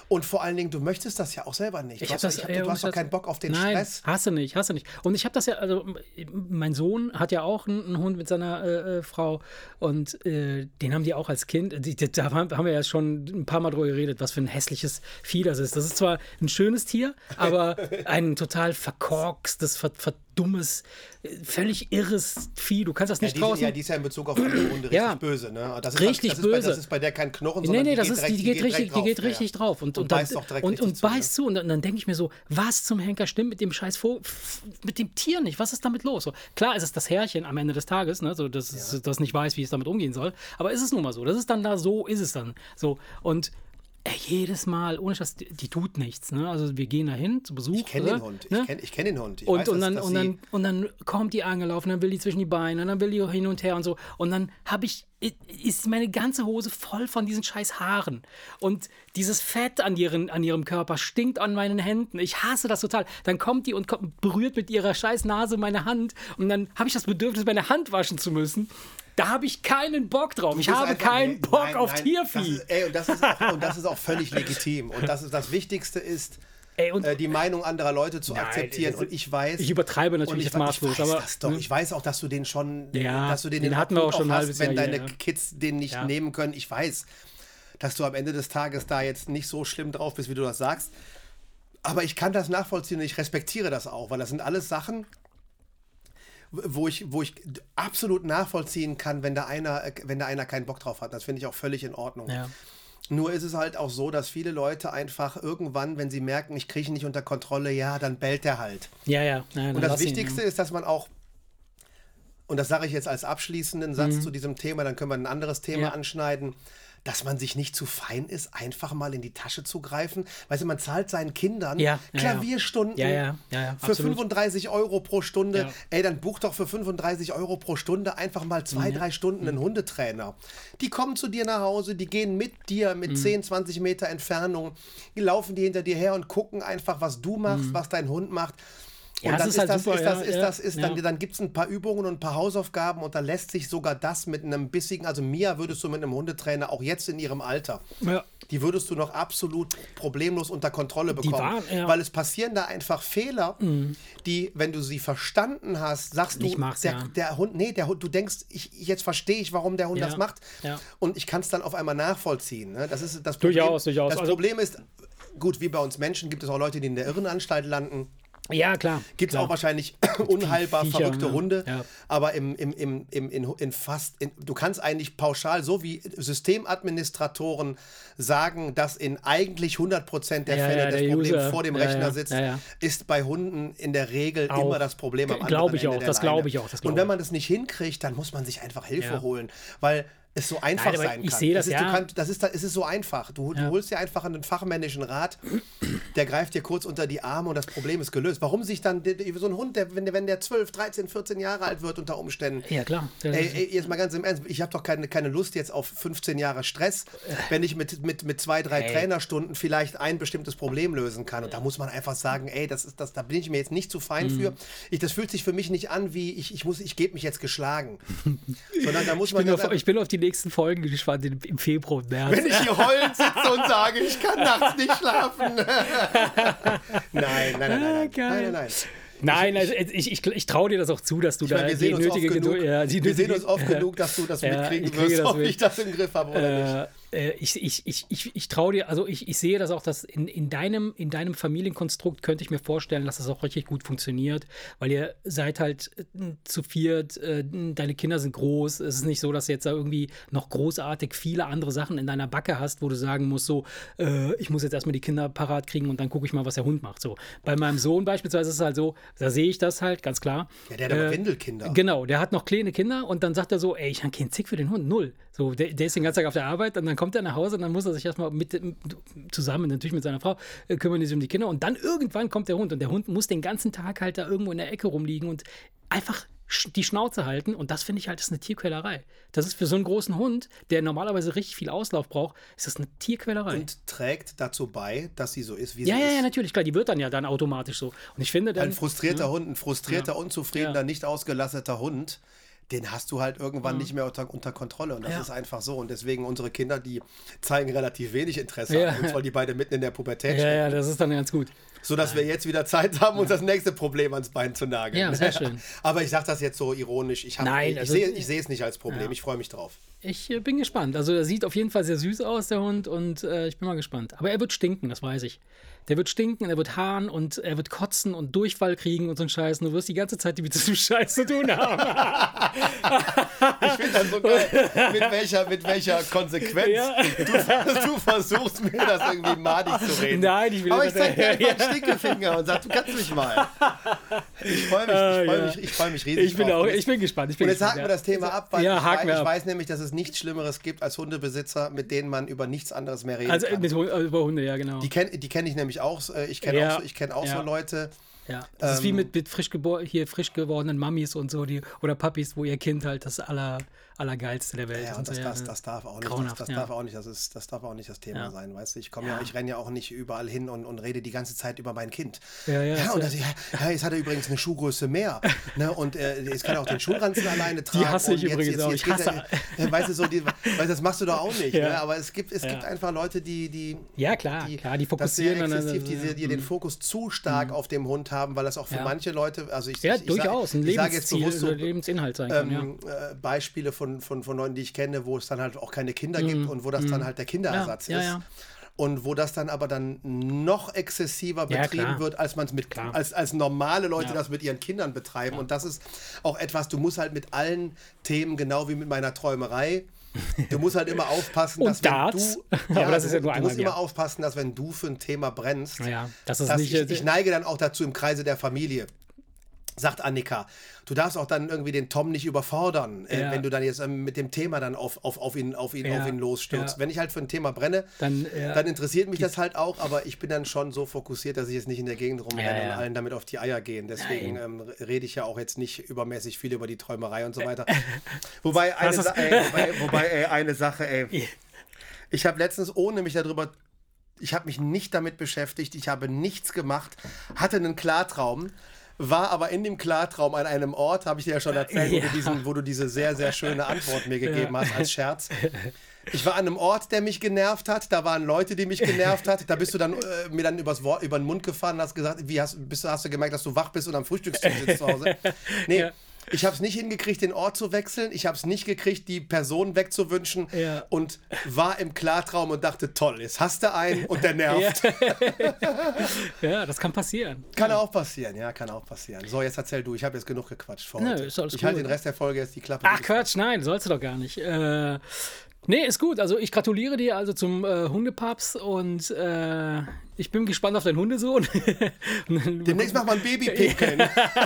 Und vor allen Dingen, du möchtest das ja auch selber nicht. Du Ich hab hast, das- ich hab, ey, du hast doch das- keinen Bock auf den Nein, Stress. hast du nicht, hast du nicht. Und ich habe das ja, also mein Sohn hat ja auch einen, einen Hund mit seiner äh, äh, Frau und äh, den haben die auch als Kind, die, die, da haben haben wir ja schon ein paar Mal drüber geredet, was für ein hässliches Vieh das ist. Das ist zwar ein schönes Tier, aber ein total verkorkstes, ver, verdummes, äh, völlig irres Vieh. Du kannst das Ja, nicht die, sind, draußen... ja, die ist ja in Bezug auf andere Hunde richtig Ja. böse. Ne? Das ist, Richtig das ist Bei, böse. das ist bei der kein Knochen, Nee, sondern nee, die, das geht ist, direkt, die, geht richtig, direkt die geht drauf. richtig Ja. drauf. Und, Und und, dann, beißt auch direkt und, richtig und zu, beißt zu. Und dann, dann denke ich mir so, was zum Henker stimmt mit dem scheiß Vogel, mit dem Tier nicht? Was ist damit los? So, klar, es ist das Herrchen am Ende des Tages, ne, so, dass es das nicht weiß, wie es damit umgehen soll. Aber ist es nun mal so. Das ist dann da so, ist es dann. So. Und ey, jedes Mal, ohne Scheiß, die, die tut nichts. Ne? Also wir gehen da hin zu Besuch. Ich kenne oder? den Hund. Ich Ne? kenne ich kenn den Hund. Ich Und, weiß, und, dass- dann, dass und, sie- dann, und dann kommt die angelaufen, dann will die zwischen die Beine, und dann will die hin und her und so. Und dann habe ich, ist meine ganze Hose voll von diesen scheiß Haaren. Und dieses Fett an, ihren, an ihrem Körper stinkt an meinen Händen. Ich hasse das total. Dann kommt die und kommt, berührt mit ihrer scheiß Nase meine Hand. Und dann habe ich das Bedürfnis, meine Hand waschen zu müssen. Da habe ich keinen Bock drauf. Du Ich bist habe einfach- keinen nee, Bock nein, auf nein, Tiervieh. Das ist, ey, und, das ist auch, und das ist auch völlig legitim. Und das, ist, das Wichtigste ist, Ey, und- äh, die Meinung anderer Leute zu Nein, akzeptieren. das- Und ich weiß. ich übertreibe natürlich und ich, jetzt we- maßlos, Ich weiß aber- das doch. Ich weiß auch, dass du den schon. Ja, dass du den, den in hatten wir Obhut auch schon ein hast, halbes wenn Jahr deine hier, ja. Kids den nicht Ja. nehmen können. Ich weiß, dass du am Ende des Tages da jetzt nicht so schlimm drauf bist, wie du das sagst. Aber ich kann das nachvollziehen und ich respektiere das auch, weil das sind alles Sachen, wo ich, wo ich absolut nachvollziehen kann, wenn da einer, wenn da einer keinen Bock drauf hat. Das finde ich auch völlig in Ordnung. Ja. Nur ist es halt auch so, dass viele Leute einfach irgendwann, wenn sie merken, ich kriege ihn nicht unter Kontrolle, ja, dann bellt er halt. Ja, ja. ja Und das Wichtigste ist, dass man auch, und das sage ich jetzt als abschließenden Satz zu diesem Thema, dann können wir ein anderes Thema Mhm. Ja. anschneiden, dass man sich nicht zu fein ist, einfach mal in die Tasche zu greifen. Weißt du, man zahlt seinen Kindern Ja, ja, ja. Klavierstunden Ja, ja, ja, ja, für absolut. fünfunddreißig Euro pro Stunde. Ja. Ey, dann buch doch für fünfunddreißig Euro pro Stunde einfach mal zwei, drei Stunden einen Hundetrainer. Die kommen zu dir nach Hause, die gehen mit dir mit zehn, zwanzig Meter Entfernung, die laufen die hinter dir her und gucken einfach, was du machst, was dein Hund macht. Ja, Und das dann ist ist halt das, super, ist das, ja, ist ja, das, ist dann, ja. dann gibt es ein paar Übungen und ein paar Hausaufgaben und dann lässt sich sogar das mit einem bissigen, also Mia würdest du mit einem Hundetrainer, auch jetzt in ihrem Alter, Ja. die würdest du noch absolut problemlos unter Kontrolle bekommen. waren, ja. Weil es passieren da einfach Fehler, die, wenn du sie verstanden hast, sagst du, Nicht machst, der, ja. der Hund, nee, der Hund, du denkst, ich, jetzt verstehe ich, warum der Hund Ja, das macht. ja. Und ich kann es dann auf einmal nachvollziehen. Ne? Das ist das Problem. Durchaus, durchaus. Das Also- Problem ist, gut, wie bei uns Menschen gibt es auch Leute, die in der Irrenanstalt landen. Ja, klar. Gibt es klar. auch wahrscheinlich unheilbar Viecher, verrückte ne? Hunde, Ja. aber im, im, im, im, in, in fast, in, du kannst eigentlich pauschal, so wie Systemadministratoren sagen, dass in eigentlich hundert Prozent der Ja, Fälle ja, das der Problem User. vor dem Ja, Rechner ja, sitzt, ja, ja. ist bei Hunden in der Regel Auch. immer das Problem am G- anderen glaub ich Ende auch, der das Leine. glaube ich auch, das Und glaube wenn ich. man das nicht hinkriegt, dann muss man sich einfach Hilfe Ja. holen, weil es so einfach Nein, aber sein ich kann. sehe das, ist, ja. du kannst, das ist, es ist so einfach. Du, du Ja. holst dir einfach einen fachmännischen Rat, der greift dir kurz unter die Arme und das Problem ist gelöst. Warum sich dann der- der- so ein Hund, der, wenn, der, wenn der zwölf, dreizehn, vierzehn Jahre alt wird unter Umständen, Ja, klar. Das Ey, ist- ey, jetzt mal ganz im Ernst, ich habe doch keine, keine Lust jetzt auf fünfzehn Jahre Stress, wenn ich mit, mit, mit zwei, drei Ey. Trainerstunden vielleicht ein bestimmtes Problem lösen kann. Und da muss man einfach sagen, ey, das ist, das, da bin ich mir jetzt nicht zu fein Mhm. für. Ich, das fühlt sich für mich nicht an, wie ich, ich muss, ich gebe mich jetzt geschlagen. Sondern da muss ich, man bin ganz auf, einfach- ich bin auf die nächsten Folgen gespannt im, im Februar und März. wenn ich hier heulend sitze und sage, ich kann nachts nicht schlafen. nein, nein, nein, nein, nein, Ah, geil. nein, nein, nein. Nein, also ich, ich, ich traue dir das auch zu, dass du Ich da meine, wir die sehen uns oft nötige genug, Geduld. Ja, die wir sehen nötige- uns oft genug, dass du das Ja, mitkriegen ich kriege wirst, das ob mit. ich das im Griff habe oder nicht. Äh, äh, ich ich, ich, ich, ich traue dir, also ich, ich sehe das auch, dass in, in, deinem, in deinem Familienkonstrukt könnte ich mir vorstellen, dass das auch richtig gut funktioniert, weil ihr seid halt äh, zu viert, äh, deine Kinder sind groß, es ist nicht so, dass du jetzt da irgendwie noch großartig viele andere Sachen in deiner Backe hast, wo du sagen musst, so, äh, ich muss jetzt erstmal die Kinder parat kriegen und dann gucke ich mal, was der Hund macht. So. Bei meinem Sohn beispielsweise ist es halt so, da sehe ich das halt, ganz klar. Ja, der hat aber Windelkinder. Genau, der hat noch kleine Kinder und dann sagt er so, ey, ich habe keinen Zick für den Hund, null. So, der, der ist den ganzen Tag auf der Arbeit und dann kommt er nach Hause und dann muss er sich erstmal mit, zusammen natürlich mit seiner Frau, äh, kümmern die sich um die Kinder und dann irgendwann kommt der Hund und der Hund muss den ganzen Tag halt da irgendwo in der Ecke rumliegen und einfach sch- die Schnauze halten und das finde ich halt, das ist eine Tierquälerei. Das ist für so einen großen Hund, der normalerweise richtig viel Auslauf braucht, ist das eine Tierquälerei. Und trägt dazu bei, dass sie so ist, wie ja, sie ja, ist. ja, natürlich, klar, die wird dann ja dann automatisch so. Und ich finde dann... Ein frustrierter Hund, ein frustrierter, unzufriedener, Ja. nicht ausgelasseter Hund, den hast du halt irgendwann mhm. nicht mehr unter, unter Kontrolle. Und das ja. ist einfach so. Und deswegen unsere Kinder, die zeigen relativ wenig Interesse ja. an uns, weil die beide mitten in der Pubertät ja, stecken. Ja, das ist dann ganz gut. Sodass wir jetzt wieder Zeit haben, uns ja. das nächste Problem ans Bein zu nageln. Ja, sehr schön. Aber ich sage das jetzt so ironisch. Ich, hab, Nein, ich, also, sehe, ich sehe es nicht als Problem. Ja. Ich freue mich drauf. Ich äh, bin gespannt. Also er sieht auf jeden Fall sehr süß aus, der Hund. Und äh, ich bin mal gespannt. Aber er wird stinken, das weiß ich. Der wird stinken, er wird haaren und er wird kotzen und Durchfall kriegen und so einen Scheiß. Und du wirst die ganze Zeit mit diesem Scheiß zu tun haben. Ich finde das so geil, mit welcher, mit welcher Konsequenz Ja. du, du versuchst, mir das irgendwie madig zu reden. Nein, ich will Aber ich zeig dir einfach ja. einen Stinkefinger und sag, du kannst mich mal. Ich freue mich, ich freue ja. mich, ich freue mich riesig Ich bin, drauf. auch, ich bin gespannt. Ich bin Und jetzt gespannt, haken ja. wir das Thema ab, weil Ja, ich, haken weiß, wir ich ab. weiß nämlich, dass es nichts Schlimmeres gibt als Hundebesitzer, mit denen man über nichts anderes mehr reden Also kann. mit, über Hunde, ja genau. Die kenne die kenn ich nämlich auch. Ich kenne Ja. auch, so, ich kenn auch Ja. so Leute. Ja, das Ähm, ist wie mit, mit frisch, gebor hier frisch gewordenen Mamis und so, die, oder Papis, wo ihr Kind halt das aller, allergeilste der Welt Ja, ist. und das, so, das, ja. das darf auch nicht, das, Grauenhaft, das ja. darf auch nicht, das ist, das darf auch nicht das Thema Ja. sein, weißt du? Ich komme Ja. ja, ich renne ja auch nicht überall hin und, und rede die ganze Zeit über mein Kind. Ja, ja, ja so. und das, ja, ja, jetzt hat er übrigens eine Schuhgröße mehr, ne? Und äh, jetzt kann er auch den Schulranzen alleine tragen. hasse ich und jetzt, übrigens jetzt, auch. jetzt Ich geht hasse- Er, äh, weißt du, so, die, weißt, du, das machst du doch auch nicht, Ja. ne? Aber es gibt, es Ja. gibt einfach Leute, die, die Ja, klar, die, klar, die das sehr fokussieren dann- exzessiv, die, die, die den Mhm. Fokus zu stark auf dem Hund haben, weil das auch für Ja. manche Leute, also ich, Ja, ich, ich durchaus, sag, ein ich sage jetzt Lebensziel bewusst so, oder Lebensinhalt sein kann, ähm, ja. äh, Beispiele von, von, von Leuten, die ich kenne, wo es dann halt auch keine Kinder gibt und wo das dann halt der Kinderersatz Ja, ja, ist. ja. Und wo das dann aber dann noch exzessiver Ja, betrieben klar. wird, als man es mit Klar. als, als normale Leute Ja. das mit ihren Kindern betreiben. Und das ist auch etwas, du musst halt mit allen Themen, genau wie mit meiner Träumerei, du musst halt immer aufpassen, Und dass wenn Darts. du. Aber das ist ja du, nur du einmal musst im immer Jahr. aufpassen, dass wenn du für ein Thema brennst, Ja, das ist dass nicht. ich, ich neige dann auch dazu im Kreise der Familie. Sagt Annika, du darfst auch dann irgendwie den Tom nicht überfordern, äh, Ja. wenn du dann jetzt ähm, mit dem Thema dann auf, auf, auf, ihn, auf, ihn, Ja. auf ihn losstürzt. Ja. Wenn ich halt für ein Thema brenne, Dann, ja. dann interessiert mich das halt auch, aber ich bin dann schon so fokussiert, dass ich jetzt nicht in der Gegend rumrenne Ja, ja. und allen damit auf die Eier gehen. Deswegen ähm, rede ich ja auch jetzt nicht übermäßig viel über die Träumerei und so weiter. Wobei eine, Das ist- Sa ey, wobei, wobei ey, eine Sache, ey. Ich habe letztens, ohne mich darüber, ich habe mich nicht damit beschäftigt, ich habe nichts gemacht, hatte einen Klartraum, war aber in dem Klartraum an einem Ort, habe ich dir ja schon erzählt, wo, Ja. du diesen, wo du diese sehr, sehr schöne Antwort mir gegeben hast als Scherz. Ich war an einem Ort, der mich genervt hat, da waren Leute, die mich genervt hat, da bist du dann äh, mir dann übers Wort, über den Mund gefahren und hast gesagt, wie hast, bist du, hast du gemerkt, dass du wach bist und am Frühstückstisch sitzt zu Hause? Nee. Ja. Ich habe es nicht hingekriegt, den Ort zu wechseln. Ich habe es nicht gekriegt, die Person wegzuwünschen. Ja. Und war im Klartraum und dachte, toll, jetzt hast du einen und der nervt. Ja, das kann passieren. Kann auch passieren, ja, kann auch passieren. So, jetzt erzähl du, ich habe jetzt genug gequatscht vor Nö, heute. ist alles ich cool. halte den Rest der Folge jetzt die Klappe. Ach dicht. Quatsch, nein, sollst du doch gar nicht. Äh, nee, ist gut. Also ich gratuliere dir also zum äh, Hundepaps und äh, ich bin gespannt auf deinen Hundesohn. Demnächst machen wir ein Babypinkeln.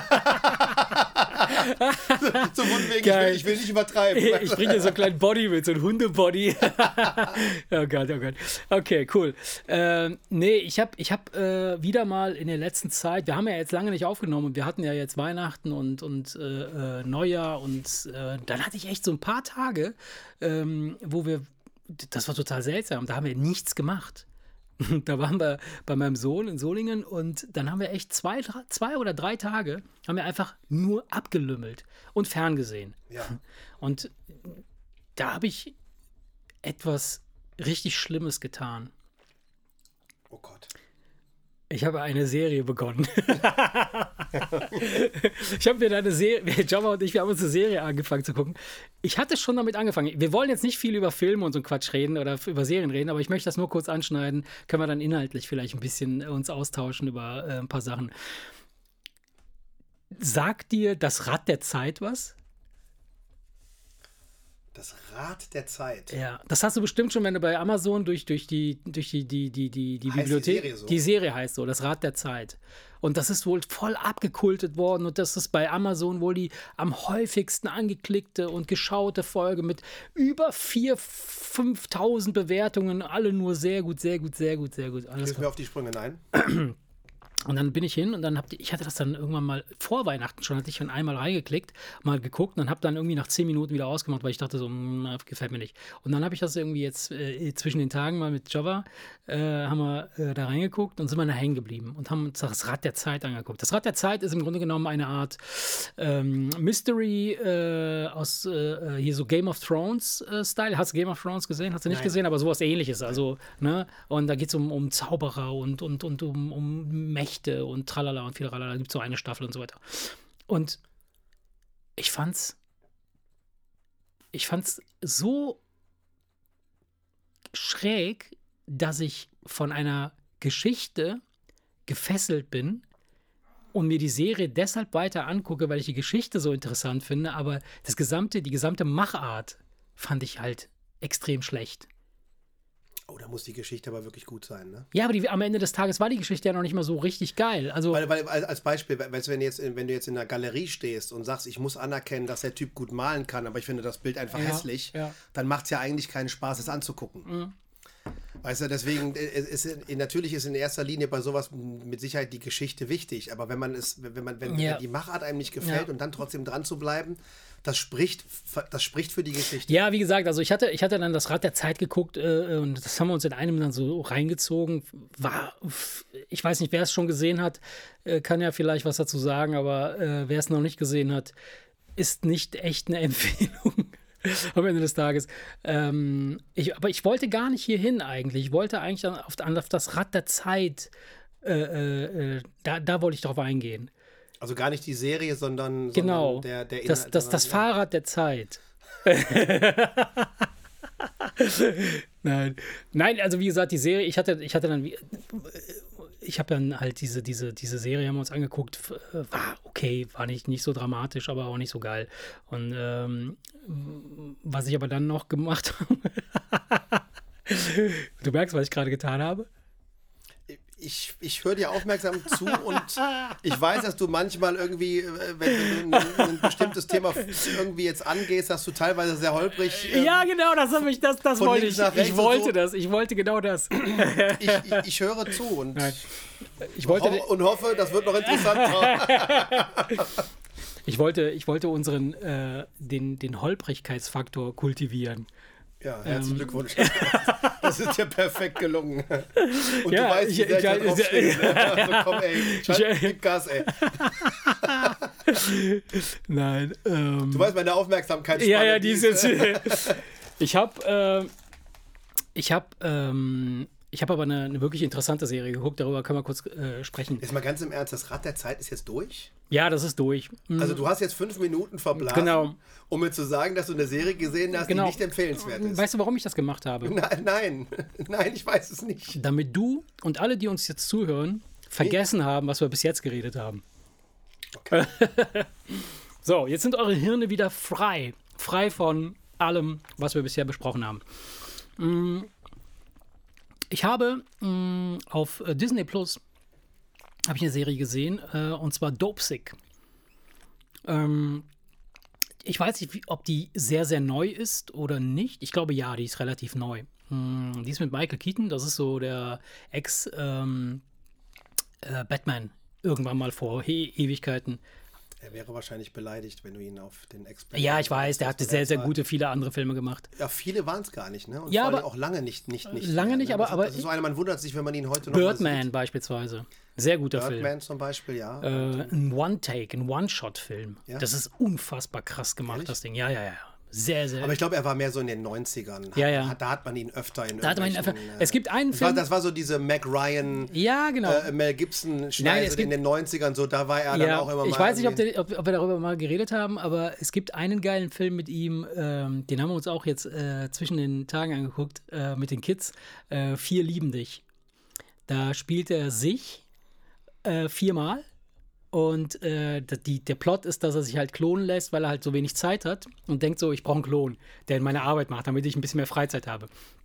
so, so von wegen, ich will, Geil. ich will nicht übertreiben. Ich bringe dir so einen kleinen Body mit, so ein Hundebody. Oh Gott, oh Gott. Okay, cool. Ähm, nee, ich habe ich hab, äh, wieder mal in der letzten Zeit, wir haben ja jetzt lange nicht aufgenommen und wir hatten ja jetzt Weihnachten und, und äh, äh, Neujahr und äh, dann hatte ich echt so ein paar Tage, ähm, wo wir, das war total seltsam, da haben wir nichts gemacht. Da waren wir bei meinem Sohn in Solingen und dann haben wir echt zwei, drei, zwei oder drei Tage haben wir einfach nur abgelümmelt und ferngesehen. Ja. Und da habe ich etwas richtig Schlimmes getan. Oh Gott. Ich habe eine Serie begonnen. Ich habe mir da eine Serie, Java und ich, wir haben uns eine Serie angefangen zu gucken. Ich hatte schon damit angefangen. Wir wollen jetzt nicht viel über Filme und so einen Quatsch reden oder über Serien reden, aber ich möchte das nur kurz anschneiden. Können wir dann inhaltlich vielleicht ein bisschen uns austauschen über äh, ein paar Sachen. Sagt dir das Rad der Zeit was? Das Rad der Zeit. Ja, das hast du bestimmt schon, wenn du bei Amazon durch, durch die, durch die, die, die, die, die Heißt die Bibliothek. Serie so? Die Serie heißt so, das Rad der Zeit. Und das ist wohl voll abgekultet worden und das ist bei Amazon wohl die am häufigsten angeklickte und geschaute Folge mit über viertausend, fünftausend Bewertungen. Alle nur sehr gut, sehr gut, sehr gut, sehr gut. Alles Hilf gut. mir auf die Sprünge, nein. Und dann bin ich hin und dann hab ich, ich hatte das dann irgendwann mal vor Weihnachten schon, hatte ich schon einmal reingeklickt, mal geguckt und dann habe dann irgendwie nach zehn Minuten wieder ausgemacht, weil ich dachte so, mh, gefällt mir nicht. Und dann habe ich das irgendwie jetzt äh, zwischen den Tagen mal mit Java, äh, haben wir äh, da reingeguckt und sind wir da hängen geblieben und haben uns das Rad der Zeit angeguckt. Das Rad der Zeit ist im Grunde genommen eine Art ähm, Mystery äh, aus äh, hier so Game of Thrones äh, Style. Hast du Game of Thrones gesehen? Hast du nicht Nein. gesehen, aber sowas ähnliches. Also, ne? Und da geht es um, um Zauberer und, und, und um, um Mächte und tralala und viel ralala. Da gibt es so eine Staffel und so weiter. Und ich fand's ich fand's so schräg, dass ich von einer Geschichte gefesselt bin und mir die Serie deshalb weiter angucke, weil ich die Geschichte so interessant finde, aber das gesamte, die gesamte Machart fand ich halt extrem schlecht. Oh, da muss die Geschichte aber wirklich gut sein, ne? Ja, aber die, am Ende des Tages war die Geschichte ja noch nicht mal so richtig geil. Also, Weil, weil als Beispiel, weißt du, wenn, jetzt, wenn du jetzt in einer Galerie stehst und sagst, ich muss anerkennen, dass der Typ gut malen kann, aber ich finde das Bild einfach Ja, hässlich, ja. dann macht es ja eigentlich keinen Spaß, es anzugucken. Mhm. Weißt du, deswegen ist, ist natürlich ist in erster Linie bei sowas mit Sicherheit die Geschichte wichtig, aber wenn man es, wenn man, wenn, Ja. wenn die Machart einem nicht gefällt Ja. und dann trotzdem dran zu bleiben, das spricht, das spricht für die Geschichte. Ja, wie gesagt, also ich hatte, ich hatte dann das Rad der Zeit geguckt äh, und das haben wir uns in einem dann so reingezogen. War, ich weiß nicht, wer es schon gesehen hat, äh, kann ja vielleicht was dazu sagen, aber äh, wer es noch nicht gesehen hat, ist nicht echt eine Empfehlung am Ende des Tages. Ähm, ich, aber ich wollte gar nicht hier hin eigentlich. Ich wollte eigentlich dann auf, auf das Rad der Zeit, äh, äh, da, da wollte ich drauf eingehen. Also gar nicht die Serie, sondern, Genau, sondern der, der das, Inhalt, das, das ja. Fahrrad der Zeit. Nein. Nein, also wie gesagt, die Serie, ich hatte, ich hatte dann, wie- ich habe dann halt diese, diese, diese Serie haben wir uns angeguckt, f- war okay, war nicht, nicht so dramatisch, aber auch nicht so geil. Und ähm, was ich aber dann noch gemacht habe, du merkst, was ich gerade getan habe? Ich, ich höre dir aufmerksam zu und ich weiß, dass du manchmal irgendwie, äh, wenn, wenn du ein, ein bestimmtes Thema irgendwie jetzt angehst, dass du teilweise sehr holprig. ähm, Ja, genau, das habe ich, das, das von wollte links ich. nach rechts Ich und wollte so. das, ich wollte genau das. ich, ich, ich höre zu und, Nein. Ich wollte, ho und hoffe, das wird noch interessanter. ich wollte, ich wollte unseren, äh, den, den Holprigkeitsfaktor kultivieren. Ja, herzlichen Ähm. Glückwunsch. Das ist dir perfekt gelungen. Und Ja, du weißt, ich- wie sehr ich- ich da ich- drauf stehe. Ne? Also komm, ey, schalt, Ich- gib Gas, ey. Nein. Ähm, Du weißt, meine Aufmerksamkeit ja, ja, die ist jetzt. Ich habe, äh, ich habe, ähm, ich habe aber eine, eine wirklich interessante Serie geguckt. Darüber können wir kurz äh, sprechen. Jetzt mal ganz im Ernst, das Rad der Zeit ist jetzt durch? Ja, das ist durch. Mhm. Also du hast jetzt fünf Minuten verblasen, Genau. um mir zu sagen, dass du eine Serie gesehen hast, Genau. die nicht empfehlenswert ist. Weißt du, warum ich das gemacht habe? Nein, nein, nein, ich weiß es nicht. Damit du und alle, die uns jetzt zuhören, vergessen haben, was wir bis jetzt geredet haben. Okay. So, jetzt sind eure Hirne wieder frei. Frei von allem, was wir bisher besprochen haben. Mm, Ich habe mm, auf äh, Disney Plus habe ich eine Serie gesehen, äh, und zwar Dopesick. Ähm, ich weiß nicht, wie, ob die sehr, sehr neu ist oder nicht. Ich glaube, ja, die ist relativ neu. Mm, die ist mit Michael Keaton, das ist so der Ex-Batman ähm, äh, irgendwann mal vor e Ewigkeiten. Er wäre wahrscheinlich beleidigt, wenn du ihn auf den Expert. Ja, ich weiß, der hatte sehr, sehr gute, viele andere Filme gemacht. Ja, viele waren es gar nicht, ne? Und Ja, vor allem aber- auch lange nicht, nicht, nicht. Lange mehr, nicht, ne? aber- das, aber- Das ist so einer, man wundert sich, wenn man ihn heute noch mal Birdman sieht. beispielsweise. Sehr guter Birdman Film. zum Beispiel, ja. Äh, ein One-Take, ein One-Shot-Film. Ja? Das ist unfassbar krass gemacht, Ehrlich? das Ding. Ja, ja, ja. Sehr, sehr. Aber ich glaube, er war mehr so in den neunzigern. Ja, ja. Da hat man ihn öfter in Da hat man ihn einfach, irgendwelchen, äh, es gibt einen das war, Film. das war so diese Mac Ryan, Ja, genau. äh, Mel Gibson Nein, Schneise es in gibt- den neunzigern, so, da war er dann Ja, auch immer mal. ich weiß nicht, ob, irgendwie- der, ob, ob wir darüber mal geredet haben, aber es gibt einen geilen Film mit ihm, ähm, den haben wir uns auch jetzt äh, zwischen den Tagen angeguckt, äh, mit den Kids. Äh, Vier lieben dich. Da spielt er sich äh, viermal. Und äh, die, der Plot ist, dass er sich halt klonen lässt, weil er halt so wenig Zeit hat und denkt so, ich brauche einen Klon, der meine Arbeit macht, damit ich ein bisschen mehr Freizeit habe.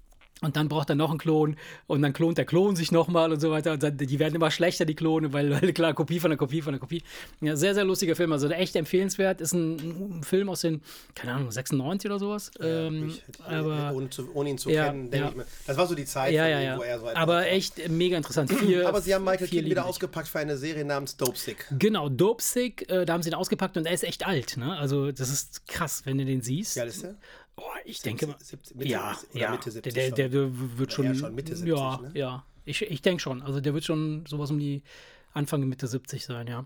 Und dann braucht er noch einen Klon und dann klont der Klon sich nochmal und so weiter. Und dann, die werden immer schlechter, die Klone, weil, weil klar, Kopie von der Kopie von der Kopie. Ja, sehr, sehr lustiger Film, also echt empfehlenswert. Ist ein, ein Film aus den, keine Ahnung, sechsundneunzig oder sowas. Ja, ähm, ich, aber, ohne, zu, ohne ihn zu ja, kennen, denke ja. ich mir. Das war so die Zeit, ja, von ja, ihm, ja. wo er so Aber war. echt mega interessant. Vier, Aber sie haben Michael vier Keaton wieder lieben dich. ausgepackt für eine Serie namens Dopesick. Genau, Dopesick, äh, da haben sie ihn ausgepackt und er ist echt alt. Ne? Also das ist krass, wenn du den siehst. Ja, das ist der? Oh, ich denke mal. siebzig, Mitte, Ja, oder ja. Mitte siebzig der, der, der wird Oder schon, eher schon Mitte siebzig, ja, ne? ja. Ich, ich denke schon. Also der wird schon sowas um die Anfang Mitte siebzig sein, ja.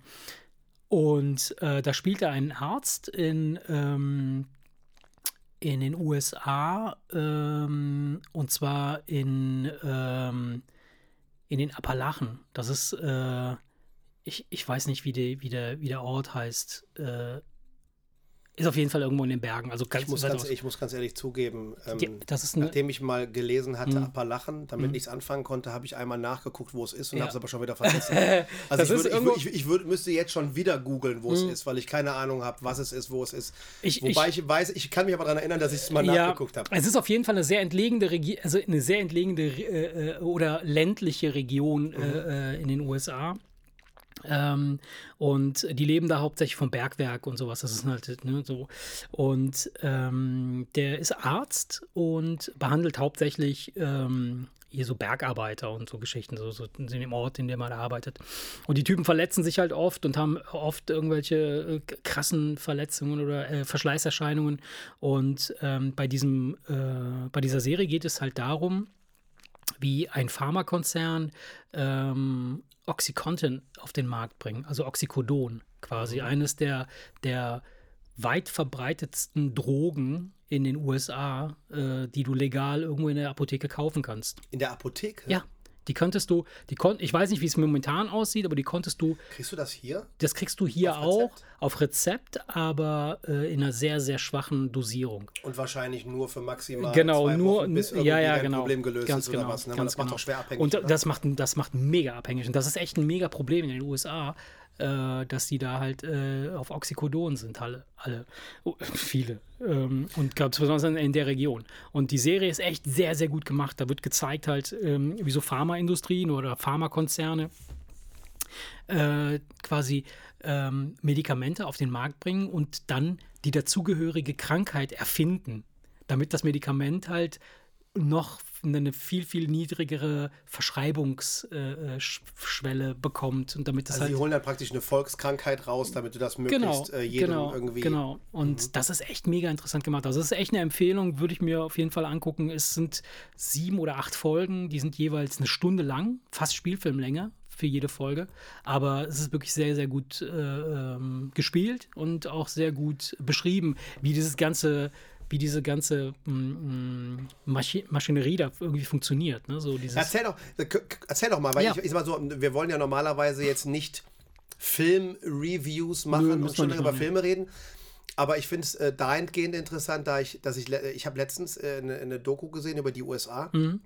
Und äh, da spielt er einen Arzt in, ähm, in den U S A ähm, und zwar in, ähm, in den Appalachen. Das ist, äh, ich, ich weiß nicht, wie, die, wie, der, wie der Ort heißt. Äh, Ist auf jeden Fall irgendwo in den Bergen. Also ganz, Ich muss, weit ganz, aus. ich muss ganz ehrlich zugeben, ähm, Ja, das ist eine- nachdem ich mal gelesen hatte, Mhm. Appalachen, damit nichts anfangen konnte, habe ich einmal nachgeguckt, wo es ist und Ja. habe es aber schon wieder vergessen. Also Das ich, ist würde, ich, irgendwo- würde, ich, ich würde, müsste jetzt schon wieder googeln, wo es ist, weil ich keine Ahnung habe, was es ist, wo es ist. Ich- Wobei ich, weiß, ich kann mich aber daran erinnern, dass ich es mal nachgeguckt habe. Es ist auf jeden Fall eine sehr entlegene Region, also eine sehr entlegene äh, äh, oder ländliche Region äh, äh, in den U S A. Ähm, und die leben da hauptsächlich vom Bergwerk und sowas. Das ist halt ne, so. Und ähm, der ist Arzt und behandelt hauptsächlich ähm, hier so Bergarbeiter und so Geschichten, so, so in dem Ort, in dem er da arbeitet. Und die Typen verletzen sich halt oft und haben oft irgendwelche äh, krassen Verletzungen oder äh, Verschleißerscheinungen. Und ähm, bei diesem, äh, bei dieser Serie geht es halt darum, wie ein Pharmakonzern ähm, Oxycontin auf den Markt bringen, also Oxycodon quasi, eines der, der weit verbreitetsten Drogen in den U S A, äh, die du legal irgendwo in der Apotheke kaufen kannst. In der Apotheke? Ja, die könntest du, die kon ich weiß nicht, wie es momentan aussieht, aber die konntest du, Kriegst du das hier? das kriegst du hier Auf auch Rezept? auf Rezept, aber äh, in einer sehr, sehr schwachen Dosierung. Und wahrscheinlich nur für maximal Genau, zwei nur, Wochen, bis irgendwie ja, ja, dein genau. Problem gelöst ganz ist genau, oder was. Ne? Weil ganz das macht genau. doch schwer abhängig. Und oder? das macht, das macht mega abhängig. Und das ist echt ein mega Problem in den U S A, äh, dass die da halt äh, auf Oxycodon sind, alle. alle oh, viele. Ähm, und ganz besonders in, in der Region. Und die Serie ist echt sehr, sehr gut gemacht. Da wird gezeigt halt, ähm, wie so Pharmaindustrien oder Pharmakonzerne äh, quasi ähm, Medikamente auf den Markt bringen und dann die dazugehörige Krankheit erfinden, damit das Medikament halt noch eine viel, viel niedrigere Verschreibungsschwelle bekommt. Und damit das Also halt die holen dann praktisch eine Volkskrankheit raus, damit du das möglichst genau, äh, jedem genau, irgendwie... genau. Und das ist echt mega interessant gemacht. Also das ist echt eine Empfehlung, würde ich mir auf jeden Fall angucken. Es sind sieben oder acht Folgen, die sind jeweils eine Stunde lang, fast Spielfilmlänge für jede Folge. Aber es ist wirklich sehr, sehr gut äh, ähm, gespielt und auch sehr gut beschrieben, wie dieses ganze wie diese ganze mm, Maschi Maschinerie da irgendwie funktioniert. Ne? So dieses Erzähl doch, erzähl doch mal, weil Ja. ich, ich sag mal so, wir wollen ja normalerweise jetzt nicht Film-Reviews machen Nö, und muss schon man nicht über machen, Filme reden. Aber ich finde es äh, dahingehend interessant, da ich, dass ich, le- ich habe letztens äh, eine, eine Doku gesehen über die U S A, Mhm.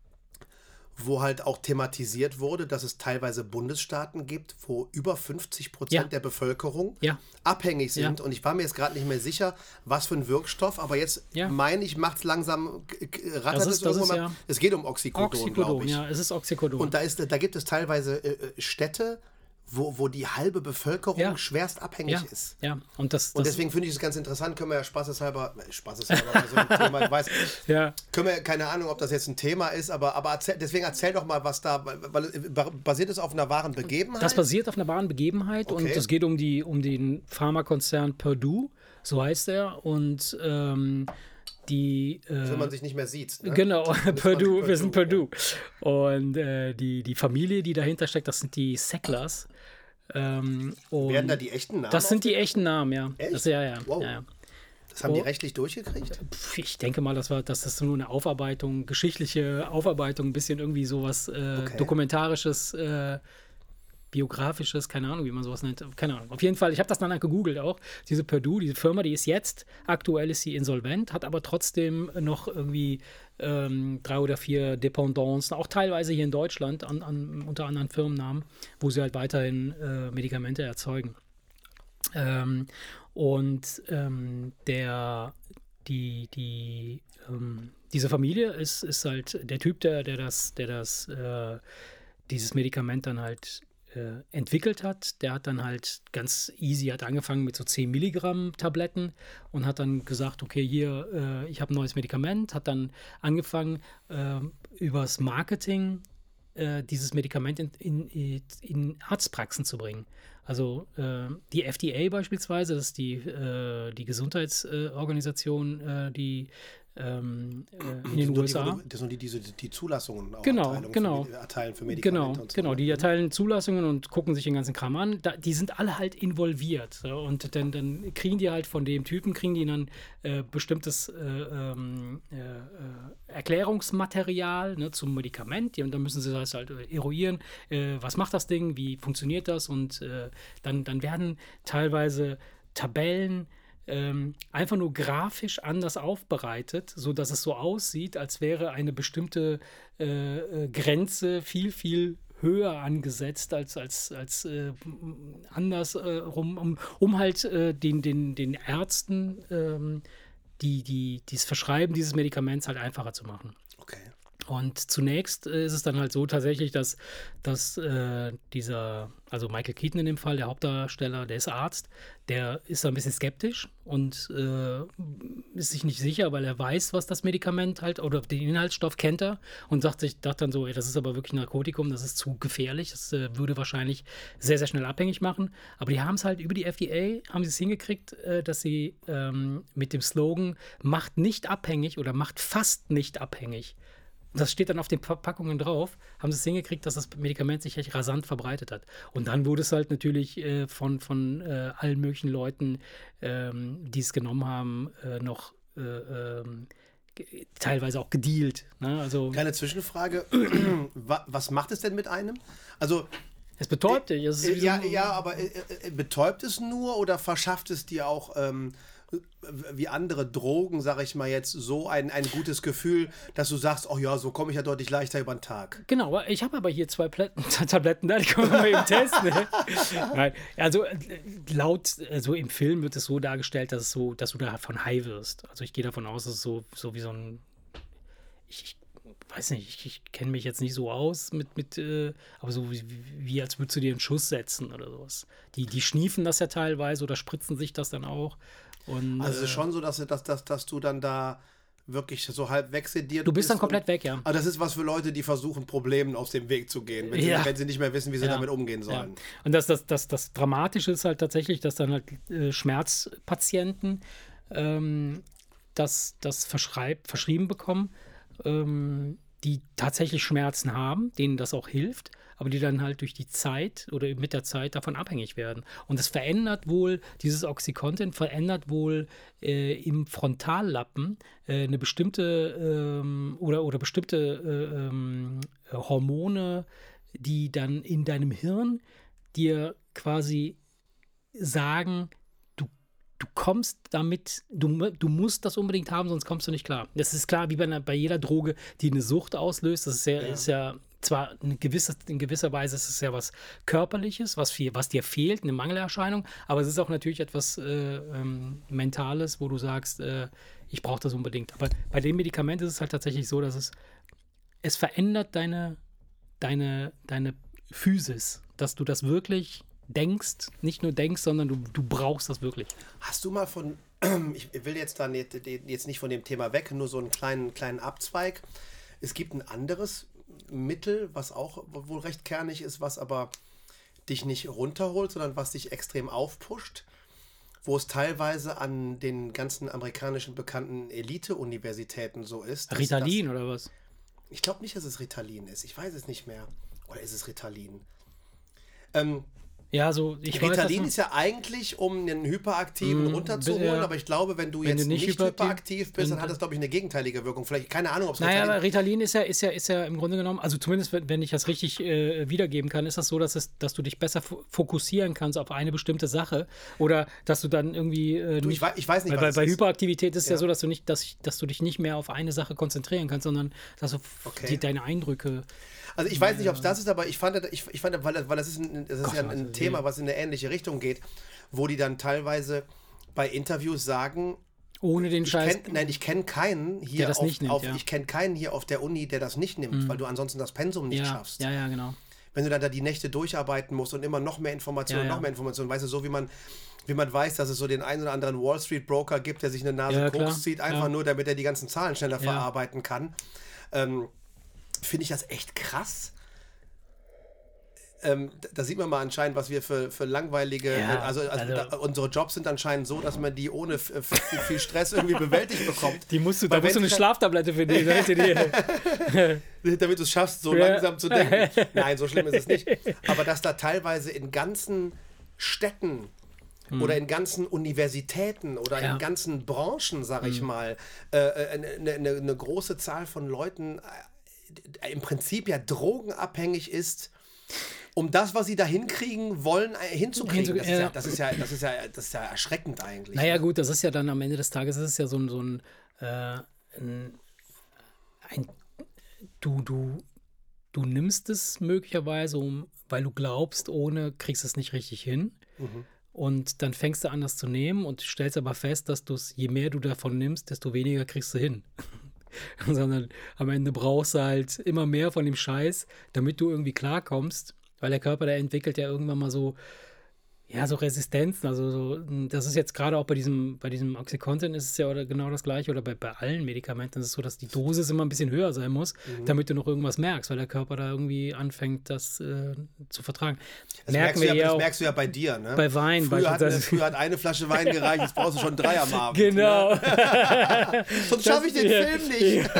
wo halt auch thematisiert wurde, dass es teilweise Bundesstaaten gibt, wo über fünfzig Prozent Ja. der Bevölkerung Ja. abhängig sind. Ja. Und ich war mir jetzt gerade nicht mehr sicher, was für ein Wirkstoff, aber jetzt Ja. meine ich, macht es langsam, k- k- rattert Das es ist- das irgendwann ist mal. ja- Es geht um Oxycodon, glaube Oxycodon, ich. ja, es ist Oxycodon. Und da, ist, da gibt es teilweise äh, äh, Städte, wo, wo die halbe Bevölkerung Ja. schwerst abhängig ja, ist. ja, und das, Und das deswegen finde ich es ganz interessant, können wir ja spaßeshalber, äh, spaßeshalber bei so einem Thema, ich weiß, ja. können wir, keine Ahnung, ob das jetzt ein Thema ist, aber, aber erzähl, deswegen erzähl doch mal, was da, weil, weil äh, basiert es auf einer wahren Begebenheit? Das basiert auf einer wahren Begebenheit und Okay. es geht um, die, um den Pharmakonzern Purdue, so heißt er. Und ähm, die. Äh, Wenn man sich nicht mehr sieht. Ne? Genau, Purdue, wir sind Purdue, Purdue. Und äh, die, die Familie, die dahinter steckt, das sind die Sacklers. Ähm, und Werden da die echten Namen? das sind die echten Namen, ja. Echt? Das, ja, ja, Wow. ja, ja. Das haben die Oh. rechtlich durchgekriegt? Pff, Ich denke mal, das war, dass das nur eine Aufarbeitung, geschichtliche Aufarbeitung, ein bisschen irgendwie sowas äh, Okay. dokumentarisches, äh, biografisches, keine Ahnung, wie man sowas nennt, keine Ahnung. Auf jeden Fall, ich habe das danach gegoogelt auch. Diese Purdue, diese Firma, die ist jetzt, aktuell ist sie insolvent, hat aber trotzdem noch irgendwie ähm, drei oder vier Dependancen, auch teilweise hier in Deutschland, an, an, unter anderen Firmennamen, wo sie halt weiterhin äh, Medikamente erzeugen. Ähm, und ähm, der, die, die, ähm, diese Familie ist, ist halt der Typ, der, der das, der das, äh, dieses Medikament dann halt äh, entwickelt hat. Der hat dann halt ganz easy, hat angefangen mit so zehn Milligramm Tabletten und hat dann gesagt, okay, hier, äh, ich habe ein neues Medikament, hat dann angefangen, äh, übers Marketing äh, dieses Medikament in, in, in Arztpraxen zu bringen. Also äh, die F D A beispielsweise, das ist die, äh, die Gesundheitsorganisation, äh, die ähm, äh, in den U S A. Die, das sind die, die, die Zulassungen auch genau, erteilen, genau. für, erteilen für Medikamente. Medikamente Genau, und so. genau, die erteilen Zulassungen und gucken sich den ganzen Kram an. Da, die sind alle halt involviert. So, und dann, dann kriegen die halt von dem Typen, kriegen die dann äh, bestimmtes äh, ähm, äh, Erklärungsmaterial, ne, zum Medikament. Und dann müssen sie das halt eruieren. Äh, was macht das Ding? Wie funktioniert das? Und äh, dann, dann werden teilweise Tabellen Ähm, einfach nur grafisch anders aufbereitet, sodass es so aussieht, als wäre eine bestimmte äh, äh, Grenze viel, viel höher angesetzt als, als, als äh, andersrum, um, um halt äh, den, den, den Ärzten ähm, die, die, das Verschreiben dieses Medikaments halt einfacher zu machen. Okay. Und zunächst äh, ist es dann halt so tatsächlich, dass, dass äh, dieser, also Michael Keaton in dem Fall, der Hauptdarsteller, der ist Arzt, der ist da ein bisschen skeptisch und äh, ist sich nicht sicher, weil er weiß, was das Medikament halt, oder den Inhaltsstoff kennt er und sagt sich, dachte dann so, ey, das ist aber wirklich ein Narkotikum, das ist zu gefährlich, das äh, würde wahrscheinlich sehr, sehr schnell abhängig machen. Aber die haben es halt über die F D A, haben sie es hingekriegt, äh, dass sie ähm, mit dem Slogan macht nicht abhängig oder macht fast nicht abhängig. Das steht dann auf den Verpackungen drauf, haben sie es hingekriegt, dass das Medikament sich echt rasant verbreitet hat. Und dann wurde es halt natürlich äh, von, von äh, allen möglichen Leuten, ähm, die es genommen haben, äh, noch äh, ähm, ge- teilweise auch gedealt. Ne? Also, Kleine Zwischenfrage. Wa- Was macht es denn mit einem? Also, es betäubt dich. Es ist wie so ja, ein- ja, aber äh, äh, betäubt es nur oder verschafft es dir auch ähm, wie andere Drogen, sage ich mal jetzt, so ein, ein gutes Gefühl, dass du sagst, oh ja, so komme ich ja deutlich leichter über den Tag. Genau, ich habe aber hier zwei Plätten, Tabletten da, die können wir mal eben testen. Ne? Nein, also äh, laut, also im Film wird es so dargestellt, dass es so, dass du davon high wirst. Also ich gehe davon aus, dass es so, so wie so ein, ich, ich weiß nicht, ich, ich kenne mich jetzt nicht so aus mit, mit äh, aber so wie, wie als würdest du dir einen Schuss setzen oder sowas. Die, die schniefen das ja teilweise oder spritzen sich das dann auch. Und, Also es ist äh, schon so, dass, dass, dass, dass du dann da wirklich so halb wegsediert du bist dann und- komplett weg, ja. Aber das ist was für Leute, die versuchen, Problemen aus dem Weg zu gehen, wenn, Ja. sie, wenn sie nicht mehr wissen, wie sie Ja. damit umgehen Ja. sollen. Und das, das, das, das Dramatische ist halt tatsächlich, dass dann halt äh, Schmerzpatienten ähm, das, das verschreib, verschrieben bekommen, ähm, die tatsächlich Schmerzen haben, denen das auch hilft, aber die dann halt durch die Zeit oder mit der Zeit davon abhängig werden. Und es verändert wohl, dieses Oxycontin verändert wohl äh, im Frontallappen äh, eine bestimmte ähm, oder, oder bestimmte äh, ähm, Hormone, die dann in deinem Hirn dir quasi sagen, du, du kommst damit, du, mu- du musst das unbedingt haben, sonst kommst du nicht klar. Das ist klar, wie bei, einer, bei jeder Droge, die eine Sucht auslöst. Das ist ja, Ja. ist ja zwar eine gewisse, in gewisser Weise ist es ja was Körperliches, was, viel, was dir fehlt, eine Mangelerscheinung, aber es ist auch natürlich etwas äh, ähm, Mentales, wo du sagst, äh, ich brauche das unbedingt. Aber bei dem Medikament ist es halt tatsächlich so, dass es, es verändert deine, deine, deine Physis, dass du das wirklich denkst, nicht nur denkst, sondern du, du brauchst das wirklich. Hast du mal von, ich will jetzt dann jetzt, jetzt nicht von dem Thema weg, nur so einen kleinen, kleinen Abzweig. Es gibt ein anderes Mittel, was auch wohl recht kernig ist, was aber dich nicht runterholt, sondern was dich extrem aufpusht, wo es teilweise an den ganzen amerikanischen bekannten Elite-Universitäten so ist. dass- Ritalin dass- oder was? Ich glaube nicht, dass es Ritalin ist. Ich weiß es nicht mehr. Oder ist es Ritalin? Ähm, Ja, so ich weiß, Ritalin dass ist ja eigentlich, um einen Hyperaktiven Mm, runterzuholen, ja. aber ich glaube, wenn du Wenn jetzt du nicht nicht, hyperaktiv- hyperaktiv bist, dann dann- hat das, glaube ich, eine gegenteilige Wirkung. Vielleicht, keine Ahnung, ob es Naja, Ritalin aber Ritalin ist ja, ist ja, ist ja im Grunde genommen, also zumindest wenn, wenn ich das richtig äh, wiedergeben kann, ist das so, dass, es, dass du dich besser fo- fokussieren kannst auf eine bestimmte Sache oder dass du dann irgendwie äh, Du, ich, nicht, wei- ich weiß nicht, weil was bei, es bei ist. Hyperaktivität ist es ja. Ja. so, dass du nicht, dass, dass du dich nicht mehr auf eine Sache konzentrieren kannst, sondern dass du f- Okay. die, deine Eindrücke. Also ich weiß nicht, ob es das ist, aber ich fand, ich, ich fand weil, das- weil das ist, ein, das ist Gott, ja ein, also, ein Thema, was in eine ähnliche Richtung geht, wo die dann teilweise bei Interviews sagen, Ohne den ich Scheiß. Kenn, nein, ich kenne keinen hier das auf, nicht nimmt, auf ja. ich kenne keinen hier auf der Uni, der das nicht nimmt, Mhm. weil du ansonsten das Pensum nicht ja, schaffst. ja, ja, genau. Wenn du dann da die Nächte durcharbeiten musst und immer noch mehr Informationen, Ja, ja. noch mehr Informationen, weißt du, so wie man, wie man weiß, dass es so den einen oder anderen Wall Street Broker gibt, der sich eine Nase Ja, Koks klar, zieht, einfach ja. nur, damit er die ganzen Zahlen schneller Ja. verarbeiten kann. Ähm, Finde ich das echt krass. Ähm, da- da sieht man mal anscheinend, was wir für, für langweilige, Ja, also, also, also- da, unsere Jobs sind anscheinend so, dass man die ohne f- f- viel Stress irgendwie bewältigt bekommt. Die musst du, Weil da musst du wenn eine ich- Schlaftablette für die. damit du die Damit du es schaffst, so Ja. langsam zu denken. Nein, so schlimm ist es nicht. Aber dass da teilweise in ganzen Städten oder in ganzen Universitäten oder Ja. in ganzen Branchen, sag ich mal, äh, eine, eine, eine große Zahl von Leuten äh, im Prinzip ja drogenabhängig ist, um das, was sie da hinkriegen wollen, äh, hinzukriegen. Das ist ja, Ja. das ist ja, das ist ja, das ist ja erschreckend eigentlich. Naja, gut, das ist ja dann am Ende des Tages, das ist ja so ein, so ein, äh, ein, ein du, du, du nimmst es möglicherweise, um, weil du glaubst, ohne kriegst es nicht richtig hin. Mhm. Und dann fängst du an, das zu nehmen und stellst aber fest, dass du es, je mehr du davon nimmst, desto weniger kriegst du hin. Sondern am Ende brauchst du halt immer mehr von dem Scheiß, damit du irgendwie klarkommst, weil der Körper, der entwickelt ja irgendwann mal so, ja, so Resistenzen. Also so, das ist jetzt gerade auch bei diesem, bei diesem Oxycontin ist es ja oder genau das Gleiche oder bei, bei allen Medikamenten ist es so, dass die Dosis immer ein bisschen höher sein muss, damit du noch irgendwas merkst, weil der Körper da irgendwie anfängt, das äh, zu vertragen. Das, Merken merkst wir du ja, ja das auch merkst du ja bei dir, ne? bei Wein Früher hat, beispielsweise. früher hat eine Flasche Wein gereicht, jetzt brauchst du schon drei am Abend. Genau. Ne? Sonst schaffe ich den ja, Film nicht.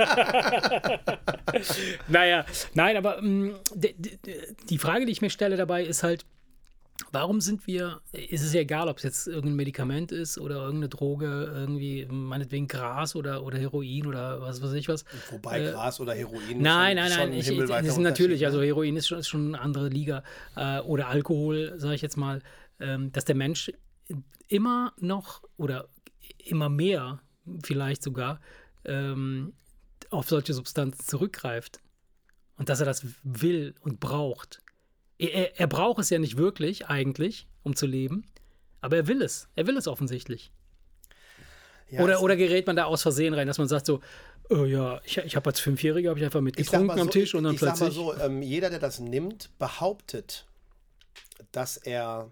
Naja, nein, aber mh, die, die, die Frage, die ich mir stelle dabei, ist halt, warum sind wir, ist es ja egal, ob es jetzt irgendein Medikament ist oder irgendeine Droge, irgendwie meinetwegen Gras oder, oder Heroin oder was weiß ich was. Wobei Äh, Gras oder Heroin Nein, schon, nein, schon nein, ein ich, ich, himmelweiter das ist natürlich, Unterschied, also ne? Heroin ist schon, ist schon eine andere Liga äh, oder Alkohol, sage ich jetzt mal, ähm, dass der Mensch immer noch oder immer mehr vielleicht sogar ähm, auf solche Substanzen zurückgreift und dass er das will und braucht. Er, er braucht es ja nicht wirklich eigentlich, um zu leben, aber er will es. Er will es offensichtlich. Ja, oder, es- oder gerät man da aus Versehen rein, dass man sagt so, oh ja, ich, ich habe als Fünfjähriger habe ich einfach ich sag mitgetrunken mal am so, Tisch und dann ich, ich plötzlich. sag mal so, ähm, jeder, der das nimmt, behauptet, dass er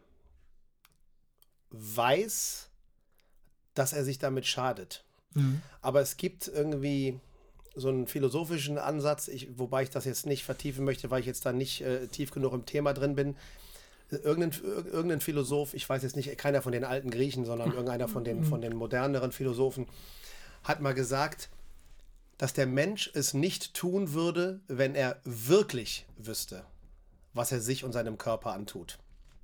weiß, dass er sich damit schadet. Mhm. Aber es gibt irgendwie so einen philosophischen Ansatz, ich, wobei ich das jetzt nicht vertiefen möchte, weil ich jetzt da nicht äh, tief genug im Thema drin bin. Irgendein, irgendein Philosoph, ich weiß jetzt nicht, keiner von den alten Griechen, sondern irgendeiner von den, von den moderneren Philosophen, hat mal gesagt, dass der Mensch es nicht tun würde, wenn er wirklich wüsste, was er sich und seinem Körper antut.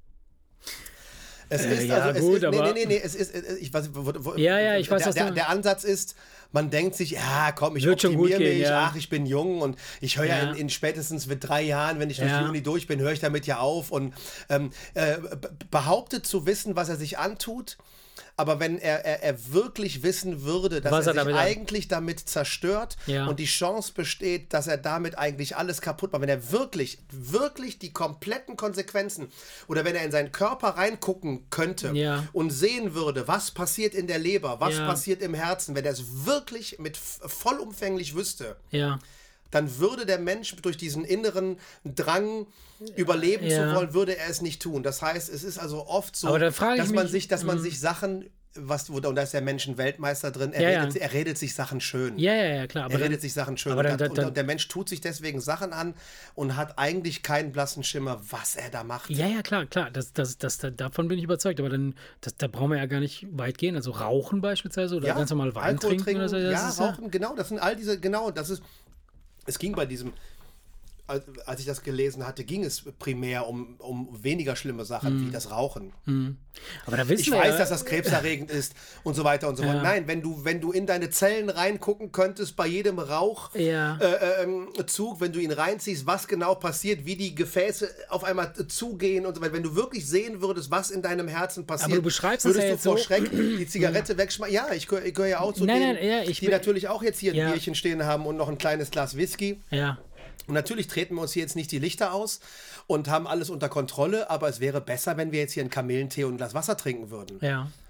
Es Äh, ist ja, also, es gut, ist, nee, aber- nee, nee, nee, es ist, äh, ich weiß, wo, wo, Ja, ja, ich weiß, der, was der, du- der Ansatz ist, man denkt sich, ja, komm, ich Wird schon gut optimiere mich, gehen, ja. ach, ich bin jung und ich höre ja, Ja. in, in spätestens mit drei Jahren, wenn ich durch Ja. die Uni durch bin, höre ich damit ja auf und ähm, äh, b- behauptet zu wissen, was er sich antut. Aber wenn er, er, er wirklich wissen würde, dass Was er er sich damit an- eigentlich damit zerstört Ja. und die Chance besteht, dass er damit eigentlich alles kaputt macht, wenn er wirklich, wirklich die kompletten Konsequenzen oder wenn er in seinen Körper reingucken könnte Ja. und sehen würde, was passiert in der Leber, was Ja. passiert im Herzen, wenn er es wirklich mit f- vollumfänglich wüsste, Ja. dann würde der Mensch durch diesen inneren Drang überleben Ja. zu wollen, würde er es nicht tun. Das heißt, es ist also oft so, Aber da frage ich dass man mich- sich, dass man Mhm. sich Sachen, was, wo- und da ist der Mensch ein Weltmeister drin, er, Ja, ja. redet, er redet sich Sachen schön. Ja, ja, ja, klar. Aber Er dann, redet sich Sachen schön. aber Und, dann- hat- dann- dann- und der Mensch tut sich deswegen Sachen an und hat eigentlich keinen blassen Schimmer, was er da macht. ja, ja, klar, klar. Das, das, das, da- davon bin ich überzeugt. Aber dann, das, da brauchen wir ja gar nicht weit gehen. Also Rauchen beispielsweise oder ganz normal Wein Alkohol trinken, oder so. Das ja, ist rauchen, genau, das sind all diese, genau, das ist, es ging bei diesem, als als ich das gelesen hatte, ging es primär um, um weniger schlimme Sachen wie das Rauchen. Aber da wissen Ich wir weiß, ja, dass das krebserregend ist und so weiter und so fort. Ja. Nein, wenn du, wenn du in deine Zellen reingucken könntest, bei jedem Rauchzug, Ja. äh, ähm, Zug, wenn du ihn reinziehst, was genau passiert, wie die Gefäße auf einmal äh, zugehen und so weiter. Wenn du wirklich sehen würdest, was in deinem Herzen passiert, Aber du beschreibst es würdest ja du jetzt vor so- Schreck die Zigarette wegschmeißen. Ja, ich gehöre gehör ja auch zu Nein, denen, nein, ja, ich die bin- natürlich auch jetzt hier ein Ja. Bierchen stehen haben und noch ein kleines Glas Whisky. ja. Und natürlich treten wir uns hier jetzt nicht die Lichter aus und haben alles unter Kontrolle, aber es wäre besser, wenn wir jetzt hier einen Kamillentee und ein Glas Wasser trinken würden. Ja.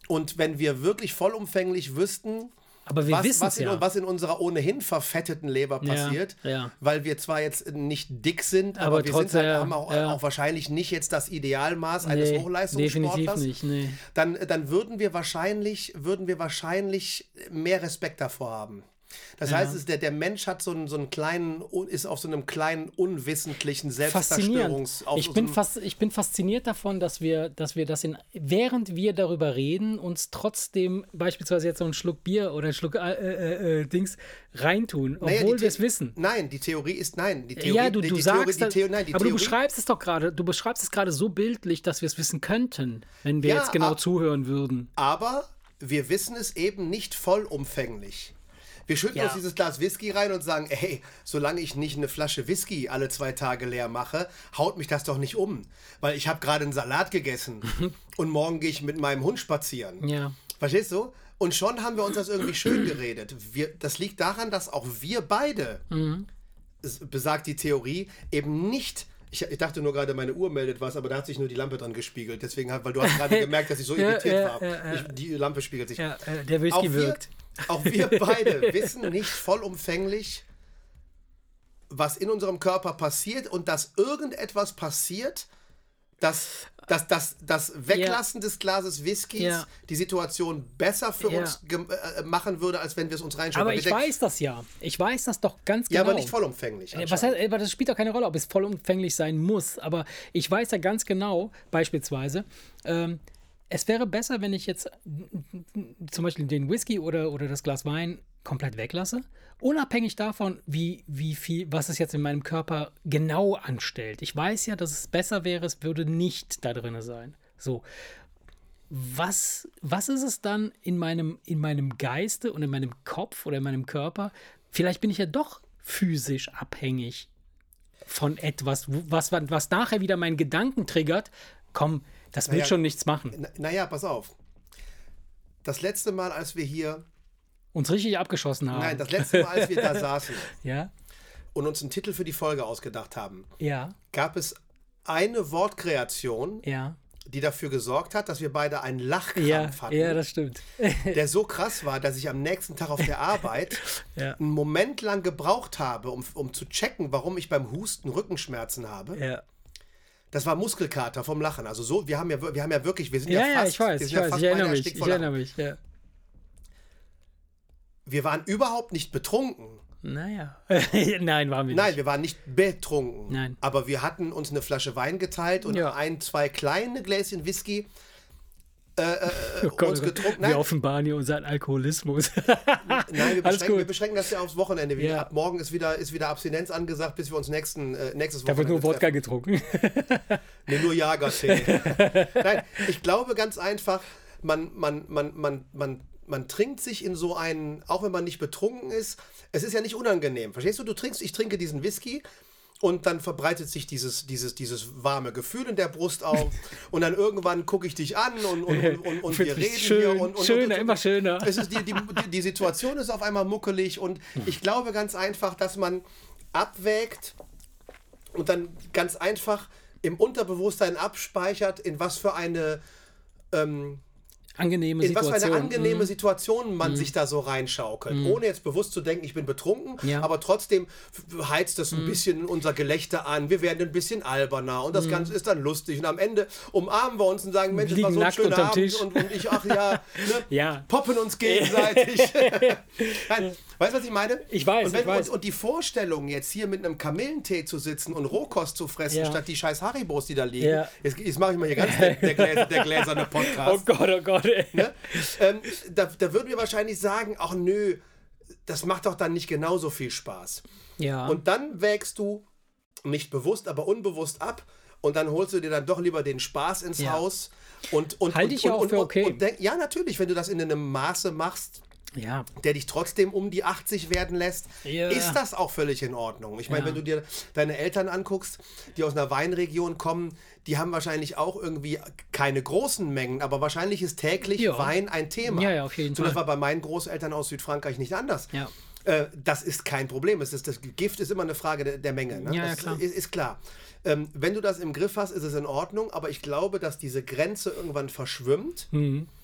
Und wenn wir wirklich vollumfänglich wüssten, Aber wir was, wissen was, es in, ja. was in unserer ohnehin verfetteten Leber Ja, passiert, ja. weil wir zwar jetzt nicht dick sind, aber, Aber wir trotzdem, sind halt, ja, haben auch, ja. auch wahrscheinlich nicht jetzt das Idealmaß eines Nee, Hochleistungssportlers. definitiv nicht, nee. Dann, dann würden wir wahrscheinlich, würden wir wahrscheinlich mehr Respekt davor haben. Das Ja. heißt, es, der, der Mensch hat so einen, so einen kleinen, ist auf so einem kleinen, unwissentlichen Faszinierend. Selbstzerstörungs... auf Ich so bin, einem- fas ich bin fasziniert davon, dass wir, dass wir das in, während wir darüber reden, uns trotzdem beispielsweise jetzt so einen Schluck Bier oder einen Schluck äh, äh, äh, Dings reintun, Naja, obwohl die wir es The- wissen. Nein, die Theorie ist nein. Die Theorie, Ja, du, die, du die sagst, Theorie, die Theo, nein, die aber du Theorie, beschreibst es doch gerade, du beschreibst es gerade so bildlich, dass wir es wissen könnten, wenn wir Ja, jetzt genau ab- zuhören würden. aber wir wissen es eben nicht vollumfänglich. Wir schütten Ja. uns dieses Glas Whisky rein und sagen, ey, solange ich nicht eine Flasche Whisky alle zwei Tage leer mache, haut mich das doch nicht um. Weil ich habe gerade einen Salat gegessen und morgen gehe ich mit meinem Hund spazieren. Ja. Verstehst du? Und schon haben wir uns das irgendwie schön geredet. Wir, das liegt daran, dass auch wir beide, es besagt die Theorie, eben nicht... Ich, ich dachte nur gerade, meine Uhr meldet was, aber da hat sich nur die Lampe dran gespiegelt. Deswegen, hat- weil du hast gerade gemerkt, dass ich so Ja, irritiert ja, war. ja, ja. Ich, die Lampe spiegelt sich. Ja, äh, der Auch Whisky wir, wirkt. auch wir beide wissen nicht vollumfänglich, was in unserem Körper passiert und dass irgendetwas passiert, dass das, das, das Weglassen des Glases Whiskys Ja. die Situation besser für Ja. uns gem- äh, machen würde, als wenn wir es uns reinschauen. Aber Weil ich wir denken, weiß das ja. Ich weiß das doch ganz ja, genau. aber nicht vollumfänglich. Ja, was anscheinend. heißt, aber das spielt doch keine Rolle, ob es vollumfänglich sein muss. Aber ich weiß ja ganz genau, beispielsweise, ähm, es wäre besser, wenn ich jetzt zum Beispiel den Whisky oder, oder das Glas Wein komplett weglasse, unabhängig davon, wie, wie viel, was es jetzt in meinem Körper genau anstellt. Ich weiß ja, dass es besser wäre, es würde nicht da drin sein. So. Was, was ist es dann in meinem, in meinem Geiste und in meinem Kopf oder in meinem Körper? Vielleicht bin ich ja doch physisch abhängig von etwas, wo- was, was nachher wieder meinen Gedanken triggert. Komm, das wird Naja, schon nichts machen. Na, naja, pass auf. Das letzte Mal, als wir hier, Uns richtig abgeschossen haben. nein, das letzte Mal, als wir da saßen Ja, und uns einen Titel für die Folge ausgedacht haben, ja, gab es eine Wortkreation, ja. die dafür gesorgt hat, dass wir beide einen Lachkrampf Ja, hatten, ja, das stimmt. der so krass war, dass ich am nächsten Tag auf der Arbeit Ja. einen Moment lang gebraucht habe, um, um zu checken, warum ich beim Husten Rückenschmerzen habe. Ja, Das war Muskelkater vom Lachen. Also so, wir haben ja, wir wir haben ja wirklich, wir sind ja, ja, ja fast, ich weiß, wir ich sind ja weiß, fast ich erinnere beide mich, erstickt ich vor Lachen. erinnere mich, ja. Wir waren überhaupt nicht betrunken. Naja. Nein, waren wir nicht. Nein, wir waren nicht betrunken. Nein. Aber wir hatten uns eine Flasche Wein geteilt und Ja. ein, zwei kleine Gläschen Whisky äh, äh, Oh Gott, uns oh Gott. getrunken. Wir Nein, offenbaren hier unseren Alkoholismus. nein wir, Alles beschränken, gut. wir beschränken das ja aufs Wochenende. Wir- Ja. Ab morgen ist wieder, ist wieder Abstinenz angesagt, bis wir uns nächsten, äh, nächstes Da wird Wochenende nur Wodka treffen. getrunken. Nee, nur Jagertee. Nein, ich glaube ganz einfach, man, man, man, man, man, man trinkt sich in so einen, auch wenn man nicht betrunken ist, es ist ja nicht unangenehm. Verstehst du? Du trinkst, ich trinke diesen Whisky und dann verbreitet sich dieses, dieses, dieses warme Gefühl in der Brust auf und dann irgendwann gucke ich dich an und, und, und, und, und wir Wird reden schön, hier. Und, und, schöner, und, und, immer schöner. Es ist die, die, die, die Situation ist auf einmal muckelig und ich glaube ganz einfach, dass man abwägt und dann ganz einfach im Unterbewusstsein abspeichert, in was für eine ähm, Angenehme in was Situation. für eine angenehme Mhm. Situation man sich da so reinschaukelt. Ohne jetzt bewusst zu denken, ich bin betrunken, Ja. aber trotzdem f- heizt das ein bisschen unser Gelächter an. Wir werden ein bisschen alberner und das Ganze ist dann lustig. Und am Ende umarmen wir uns und sagen, Mensch, es war Liegen so ein nackt schöner unterm Abend. Tisch. Und, und ich, ach ja, ne, Ja. poppen uns gegenseitig. Nein, weißt du, was ich meine? Ich weiß, und wenn ich wir weiß. uns, und die Vorstellung, jetzt hier mit einem Kamillentee zu sitzen und Rohkost zu fressen, Ja. statt die scheiß Haribos, die da liegen. Ja. Jetzt, jetzt mache ich mal hier ganz der, der, Gläser, der gläserne Podcast. Oh Gott, oh Gott. Ey. Ne? ähm, da, da würden wir wahrscheinlich sagen, ach nö, das macht doch dann nicht genauso viel Spaß. Ja. Und dann wägst du, nicht bewusst, aber unbewusst ab und dann holst du dir dann doch lieber den Spaß ins Ja. Haus. Und, und, Halte und, ich ja und, auch und, für okay. Und, und denk, ja, natürlich, wenn du das in einem Maße machst, ja. der dich trotzdem um die achtzig werden lässt, Ja. ist das auch völlig in Ordnung. Ich meine, Ja. wenn du dir deine Eltern anguckst, die aus einer Weinregion kommen, die haben wahrscheinlich auch irgendwie keine großen Mengen, aber wahrscheinlich ist täglich Ja. Wein ein Thema. Ja, ja, auf jeden so, das Fall. war bei meinen Großeltern aus Südfrankreich nicht anders. Ja. Äh, das ist kein Problem. Es ist, das Gift ist immer eine Frage der, der Menge. Ne? Ja, ja, das klar. Ist, ist klar. Ähm, wenn du das im Griff hast, ist es in Ordnung, aber ich glaube, dass diese Grenze irgendwann verschwimmt. Mhm.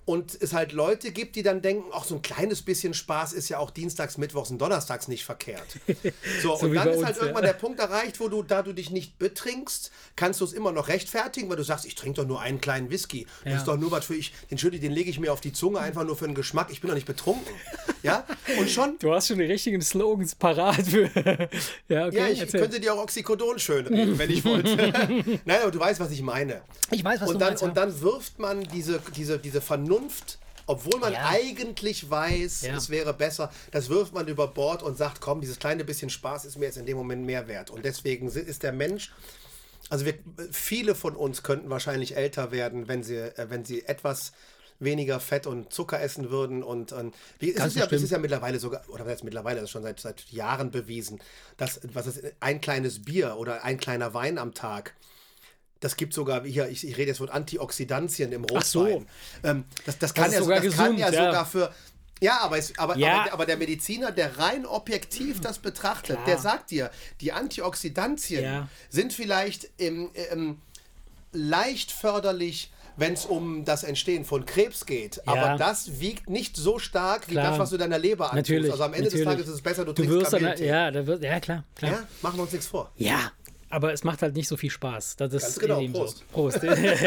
Und es halt Leute gibt, die dann denken, ach, so ein kleines bisschen Spaß ist ja auch dienstags, mittwochs und donnerstags nicht verkehrt. So, So und wie dann bei ist uns, halt ja. irgendwann der Punkt erreicht, wo du, da du dich nicht betrinkst, kannst du es immer noch rechtfertigen, weil du sagst, ich trinke doch nur einen kleinen Whisky. Das Ja. ist doch nur was für ich, den schütte ich, den lege ich mir auf die Zunge, einfach nur für den Geschmack. Ich bin doch nicht betrunken. Ja, und schon... Du hast schon die richtigen Slogans parat für. ja, okay. Ja, ich erzähl. könnte dir auch Oxycodon schön reden, wenn ich wollte. Nein, aber du weißt, was ich meine. Ich weiß, was und du dann, meinst, ja. Und dann wirft man diese, diese, diese Vernunft, obwohl man Ja. eigentlich weiß, Ja. es wäre besser, das wirft man über Bord und sagt, komm, dieses kleine bisschen Spaß ist mir jetzt in dem Moment mehr wert. Und deswegen si- ist der Mensch, also wir, viele von uns könnten wahrscheinlich älter werden, wenn sie, äh, wenn sie etwas weniger Fett und Zucker essen würden. Und, und wie, es, Ganz ist ja, es bestimmt. ist ja mittlerweile sogar, oder was heißt mittlerweile, das ist schon seit, seit Jahren bewiesen, dass was ist, ein kleines Bier oder ein kleiner Wein am Tag, das gibt sogar, hier, ich, ich rede jetzt von Antioxidantien im Rotwein. Ach so. Ähm, das, das kann ist ja, sogar das kann gesund, ja, ja. sogar für... Ja, aber, es, aber, Ja. aber, aber der Mediziner, der rein objektiv das betrachtet, Klar. der sagt dir, die Antioxidantien Ja. sind vielleicht im, im, leicht förderlich, wenn es um das Entstehen von Krebs geht. Ja. Aber das wiegt nicht so stark wie Klar. das, was du deiner Leber antust. Natürlich. Also am Ende natürlich. des Tages ist es besser, du, Du trinkst wirst dann, Kamillentee. ja, da wird, ja, klar. klar. Ja, machen wir uns nichts vor. Ja, aber es macht halt nicht so viel Spaß. Das ist Ganz genau, eben Prost. so. Prost.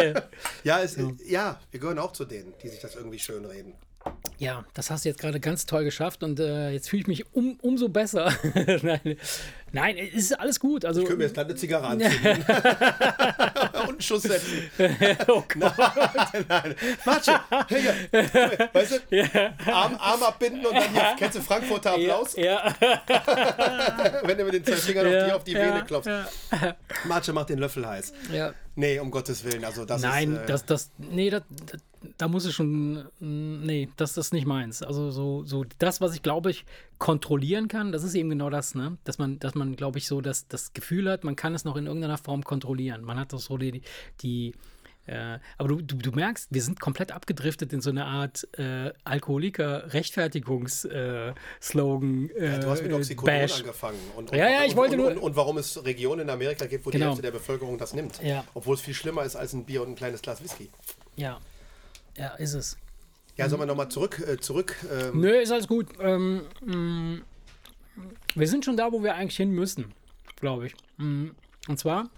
Ja, es, ja, wir gehören auch zu denen, die sich das irgendwie schönreden. Ja, das hast du jetzt gerade ganz toll geschafft und äh, jetzt fühle ich mich um, umso besser. Nein, nein, es ist alles gut. Also, Ich könnte mir jetzt gerade eine Zigarre anzünden. Und einen Schuss setzen. oh Gott. Nein, Matsche, hier, weißt du, Ja. Arm, Arm abbinden und dann hier, kennst du Frankfurter Applaus? Ja, Wenn du mit den zwei Fingern auf die, auf die ja, Vene klopfst. ja. Matsche macht den Löffel heiß. Ja. Nee, um Gottes Willen, also das Nein, ist... Äh, das, das, nee, das, das, da muss ich schon, mm, nee, das ist nicht meins. Also so, so das, was ich, glaube ich, kontrollieren kann, das ist eben genau das, ne? Dass man, dass man, glaube ich, so das, das Gefühl hat, man kann es noch in irgendeiner Form kontrollieren. Man hat doch so die, die äh, aber du, du, du merkst, wir sind komplett abgedriftet in so eine Art äh, Alkoholiker-Rechtfertigungs-Slogan. Äh, ja, du hast mit äh, Oxycodon Bash. angefangen. Und, und, Ja, ja, ich und, wollte und, nur- Und, und warum es Regionen in Amerika gibt, wo die Genau. Hälfte der Bevölkerung das nimmt. Ja. Obwohl es viel schlimmer ist als ein Bier und ein kleines Glas Whisky. Ja, ja, ist es. Ja, sollen wir nochmal zurück, äh, zurück ähm, Nö, ist alles gut. Ähm, mh, wir sind schon da, wo wir eigentlich hin müssen, glaube ich. Mm, Und zwar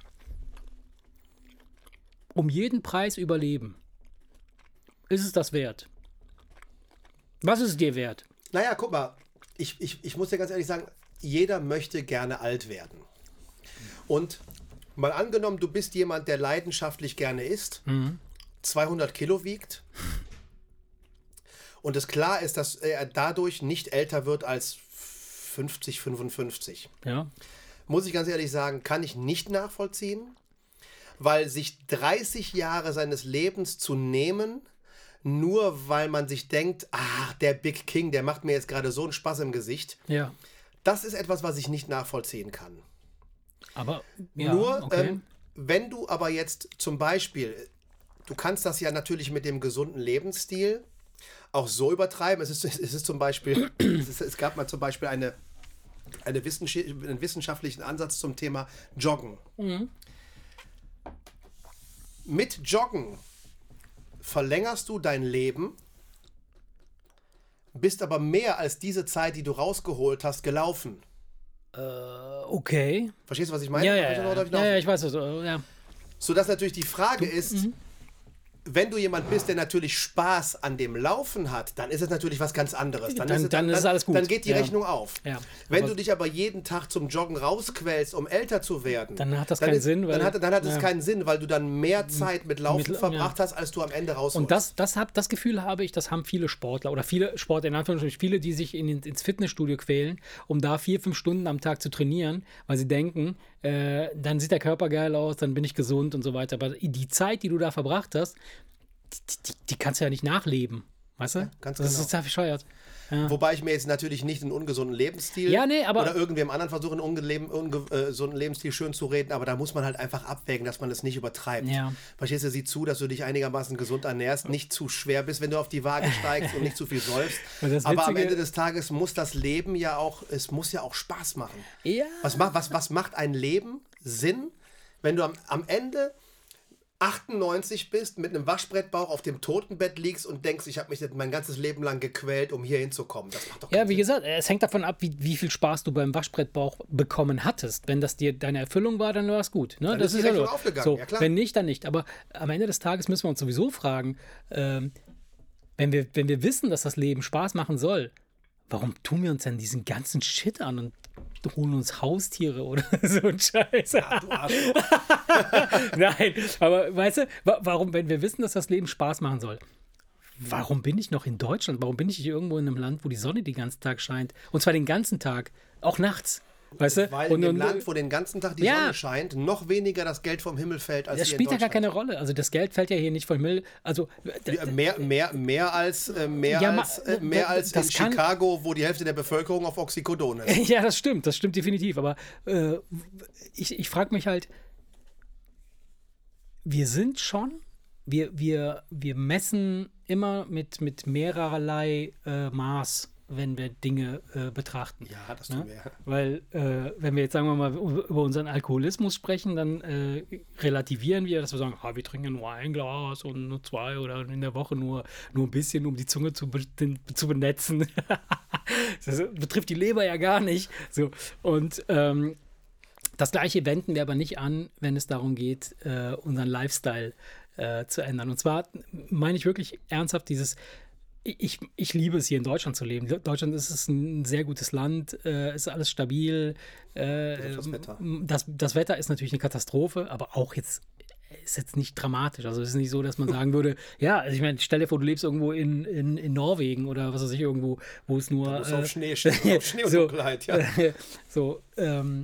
um jeden Preis überleben. Ist es das wert? Was ist es dir wert? Naja, guck mal, ich, ich, ich muss dir ganz ehrlich sagen, jeder möchte gerne alt werden. Und mal angenommen, du bist jemand, der leidenschaftlich gerne isst, zweihundert Kilo wiegt und es klar ist, dass er dadurch nicht älter wird als fünfzig, fünfundfünfzig. Ja. Muss ich ganz ehrlich sagen, kann ich nicht nachvollziehen, weil sich dreißig Jahre seines Lebens zu nehmen, nur weil man sich denkt, ach, der Big King, der macht mir jetzt gerade so einen Spaß im Gesicht, Ja. das ist etwas, was ich nicht nachvollziehen kann. Aber ja, Nur, okay. ähm, wenn du aber jetzt zum Beispiel, du kannst das ja natürlich mit dem gesunden Lebensstil auch so übertreiben. Es ist, es ist zum Beispiel, es, ist, es gab mal zum Beispiel eine, eine Wissenschaft, einen wissenschaftlichen Ansatz zum Thema Joggen. Mit Joggen verlängerst du dein Leben, bist aber mehr als diese Zeit, die du rausgeholt hast, gelaufen. okay. Verstehst du, was ich meine? Ja, ja, Darf ich noch- ja. darf ich noch- ja, ja, ich weiß es. äh, Ja. Sodass natürlich die Frage ist, mhm. wenn du jemand bist, der natürlich Spaß an dem Laufen hat, dann ist es natürlich was ganz anderes. Dann, Dann- ist, es, dann ist es alles gut. Dann geht die Ja. Rechnung auf. Ja. Wenn Aber- du dich aber jeden Tag zum Joggen rausquälst, um älter zu werden, Dann hat das keinen ist, Sinn, weil- Dann hat, dann hat es ja. keinen Sinn, weil du dann mehr Zeit mit Laufen Mit- verbracht hast, als du am Ende rausholst. Und das, das, hab, das Gefühl habe ich, das haben viele Sportler oder viele Sportler, in Anführungsstrichen, viele, die sich in, ins Fitnessstudio quälen, um da vier, fünf Stunden am Tag zu trainieren, weil sie denken, äh, dann sieht der Körper geil aus, dann bin ich gesund und so weiter. Aber die Zeit, die du da verbracht hast, die, die, die kannst du ja nicht nachleben. Weißt du? ganz das genau. ist total bescheuert. Wobei ich mir jetzt natürlich nicht einen ungesunden Lebensstil Ja, nee, aber- oder irgendwem anderen versuche, einen ungeleben- ungesunden Lebensstil schön zu reden, aber da muss man halt einfach abwägen, dass man es nicht übertreibt. Ja. Verstehst du, sieh zu, dass du dich einigermaßen gesund ernährst, nicht zu schwer bist, wenn du auf die Waage steigst und nicht zu viel säufst. Und das Aber am Witzige- Ende des Tages muss das Leben ja auch, es muss ja auch Spaß machen. Ja. Was, macht, was, was macht ein Leben Sinn, wenn du am, am Ende achtundneunzig bist, mit einem Waschbrettbauch auf dem Totenbett liegst und denkst, ich habe mich mein ganzes Leben lang gequält, um hier hinzukommen. Das macht doch keinen Ja, wie Sinn. gesagt, es hängt davon ab, wie, wie viel Spaß du beim Waschbrettbauch bekommen hattest. Wenn das dir deine Erfüllung war, dann war es gut. Ne? Dann Das ist die ist ja Rechnung so. aufgegangen, So, ja klar. wenn nicht, dann nicht. Aber am Ende des Tages müssen wir uns sowieso fragen, ähm, wenn wir, wenn wir wissen, dass das Leben Spaß machen soll, warum tun wir uns denn diesen ganzen Shit an und holen uns Haustiere oder so ein Scheiß? Ja, du Arschloch. Nein, aber weißt du, wa- warum, wenn wir wissen, dass das Leben Spaß machen soll, warum bin ich noch in Deutschland? Warum bin ich nicht irgendwo in einem Land, wo die Sonne den ganzen Tag scheint? Und zwar den ganzen Tag, auch nachts. Weißt du? Weil und, in dem und, Land, wo den ganzen Tag die Ja. Sonne scheint, noch weniger das Geld vom Himmel fällt als das hier in spielt ja gar Deutschland. keine Rolle. Also das Geld fällt ja hier nicht vom Himmel. Also d- Ja, Mehr, mehr, mehr als, äh, mehr Ja, ma- als, äh, mehr als das in kann- Chicago, wo die Hälfte der Bevölkerung auf Oxycodon ist. ja, das stimmt, das stimmt definitiv. Aber äh, ich, ich frage mich halt, wir sind schon, wir, wir, wir messen immer mit, mit mehrerlei äh, Maß, wenn wir Dinge äh, betrachten. Ja, das Ne? tun wir. Ja. Weil, äh, wenn wir jetzt, sagen wir mal, über über unseren Alkoholismus sprechen, dann äh, relativieren wir, dass wir sagen, ah, wir trinken nur ein Glas und nur zwei oder in der Woche nur, nur ein bisschen, um die Zunge zu, be zu benetzen. Das betrifft die Leber ja gar nicht. So. Und ähm, das Gleiche wenden wir aber nicht an, wenn es darum geht, äh, unseren Lifestyle äh, zu ändern. Und zwar meine ich wirklich ernsthaft dieses, ich, ich liebe es, hier in Deutschland zu leben. Deutschland ist es ein sehr gutes Land, äh, ist alles stabil. Äh, Bis auf das Wetter. Das, das Wetter ist natürlich eine Katastrophe, aber auch jetzt ist jetzt nicht dramatisch. Also es ist nicht so, dass man sagen würde, ja, also ich meine, stell dir vor, du lebst irgendwo in, in, in Norwegen oder was weiß ich, irgendwo, wo es nur... Du musst äh, auf Schnee stehen, auf Schnee und so, Dunkelheit, ja. so, ähm,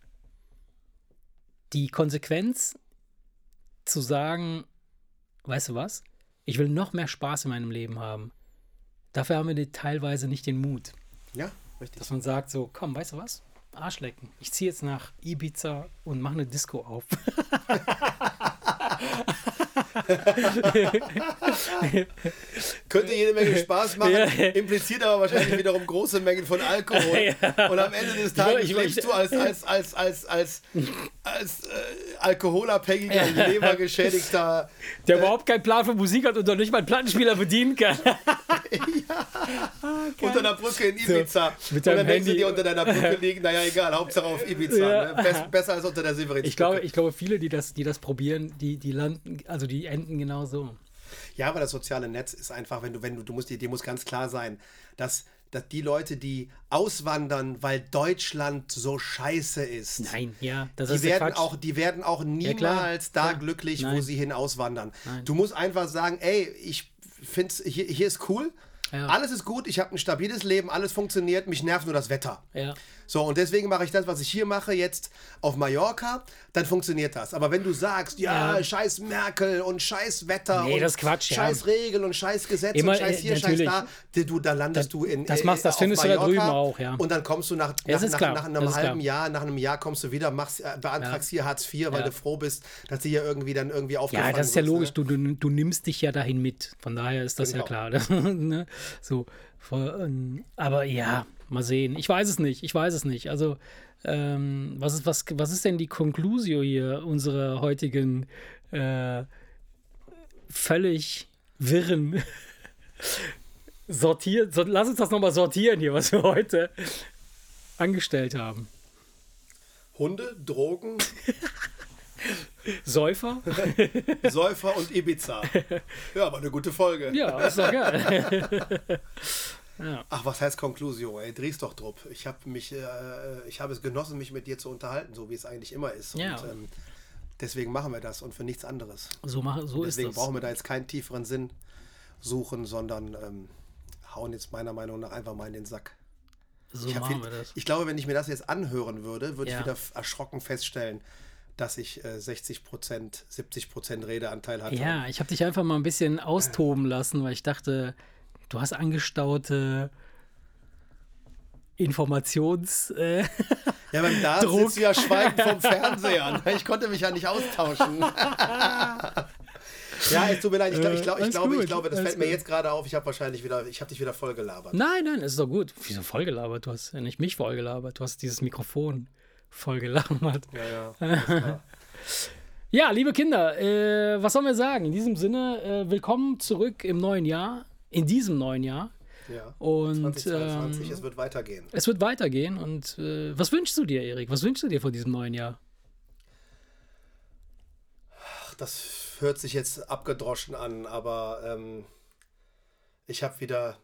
die Konsequenz zu sagen, weißt du was, ich will noch mehr Spaß in meinem Leben haben. Dafür haben wir die teilweise nicht den Mut, Ja, richtig. dass man sagt so, komm, weißt du was, Arschlecken, ich ziehe jetzt nach Ibiza und mache eine Disco auf. Könnte jede Menge Spaß machen, Ja. impliziert aber wahrscheinlich wiederum große Mengen von Alkohol. Und am Ende des Tages Ich- ich- lebst du als, als, als, als, als, als äh, alkoholabhängiger, lebergeschädigter. Der überhaupt keinen Plan für Musik hat und doch nicht mal einen Plattenspieler bedienen kann. Unter einer Brücke in Ibiza. mit und dann deinem denkst du Handy. dir unter deiner Brücke liegen, naja, egal, Hauptsache auf Ibiza. Ja. Ne? Bess, besser als unter der Severinsbrücke. Ich glaube, ich glaube, viele, die das, die das probieren, die, die landen, also die enden genau so. Ja, aber das soziale Netz ist einfach, wenn du, wenn du, du musst, dir muss ganz klar sein, dass, dass die Leute, die auswandern, weil Deutschland so scheiße ist. Nein, ja, das Die ist der werden, Quatsch. auch, die werden auch niemals klar, da klar. glücklich, wo Nein. sie hin auswandern. Nein. Du musst einfach sagen, ey, ich finde hier, hier ist cool, Ja. alles ist gut, ich habe ein stabiles Leben, alles funktioniert, mich nervt nur das Wetter. Ja. So, und deswegen mache ich das, was ich hier mache, jetzt auf Mallorca, dann funktioniert das. Aber wenn du sagst, ja, Ja. scheiß Merkel und scheiß Wetter Nee, und das ist Quatsch, ja. scheiß Regeln und scheiß Gesetze Immer, und scheiß äh, hier, scheiß natürlich. da, die- du, da landest Das- du in das äh, machst- das auf findest du da Mallorca drüben auch, ja. Und dann kommst du nach, Ja, das nach, ist nach, klar, nach einem das ist halben klar. Jahr, nach einem Jahr kommst du wieder, machst, äh, beantragst hier Hartz vier, weil Ja. du froh bist, dass sie ja irgendwie dann irgendwie aufgefangen Ja, das ist ja wirst, logisch. Ne? Du, du, du nimmst dich ja dahin mit. Von daher ist das Genau. ja klar. Ne? So, vor- ähm, aber ja, mal sehen. Ich weiß es nicht. Ich weiß es nicht. Also, ähm, was, ist, was, was ist denn die Conclusio hier unserer heutigen äh, völlig wirren sortiert? So, lass uns das nochmal sortieren hier, was wir heute angestellt haben. Hunde, Drogen, Säufer? Säufer und Ibiza. Ja, aber eine gute Folge. Ja, ist doch geil. Ach, was heißt Conclusio? Ey, dreh's doch drupp. Ich habe mich, äh, ich habe es genossen, mich mit dir zu unterhalten, so wie es eigentlich immer ist. Ja. Und ähm, deswegen machen wir das und für nichts anderes. So, mach, so ist Deswegen das. brauchen wir da jetzt keinen tieferen Sinn suchen, sondern ähm, hauen jetzt meiner Meinung nach einfach mal in den Sack. So Ich, hab machen viel, wir das. ich glaube, wenn ich mir das jetzt anhören würde, würde Ja. ich wieder f- erschrocken feststellen, dass ich äh, sechzig Prozent, siebzig Prozent Redeanteil hatte. Ja, ich habe dich einfach mal ein bisschen austoben lassen, weil ich dachte, du hast angestaute Informations... Äh, Ja, beim Darts Druck. sitzt du ja schweigend vom Fernseher. Ich konnte mich ja nicht austauschen. Ja, es tut mir leid. Ich, glaub, ich, glaub, ich, Alles glaube, ich gut, glaube, das alles fällt mir gut. jetzt gerade auf. Ich habe wahrscheinlich wieder, ich habe dich wieder voll gelabert. nein, nein, ist doch gut. Wieso vollgelabert? Du hast ja nicht mich vollgelabert. Du hast dieses Mikrofon vollgelabert. Ja, ja. alles klar. Ja, liebe Kinder, äh, was sollen wir sagen? In diesem Sinne, äh, willkommen zurück im neuen Jahr, in diesem neuen Jahr. Ja, und zweitausendzweiundzwanzig, ähm, es wird weitergehen. Es wird weitergehen. Und äh, was wünschst du dir, Erik? Was wünschst du dir von diesem neuen Jahr? Ach, das hört sich jetzt abgedroschen an, aber ähm, ich habe wieder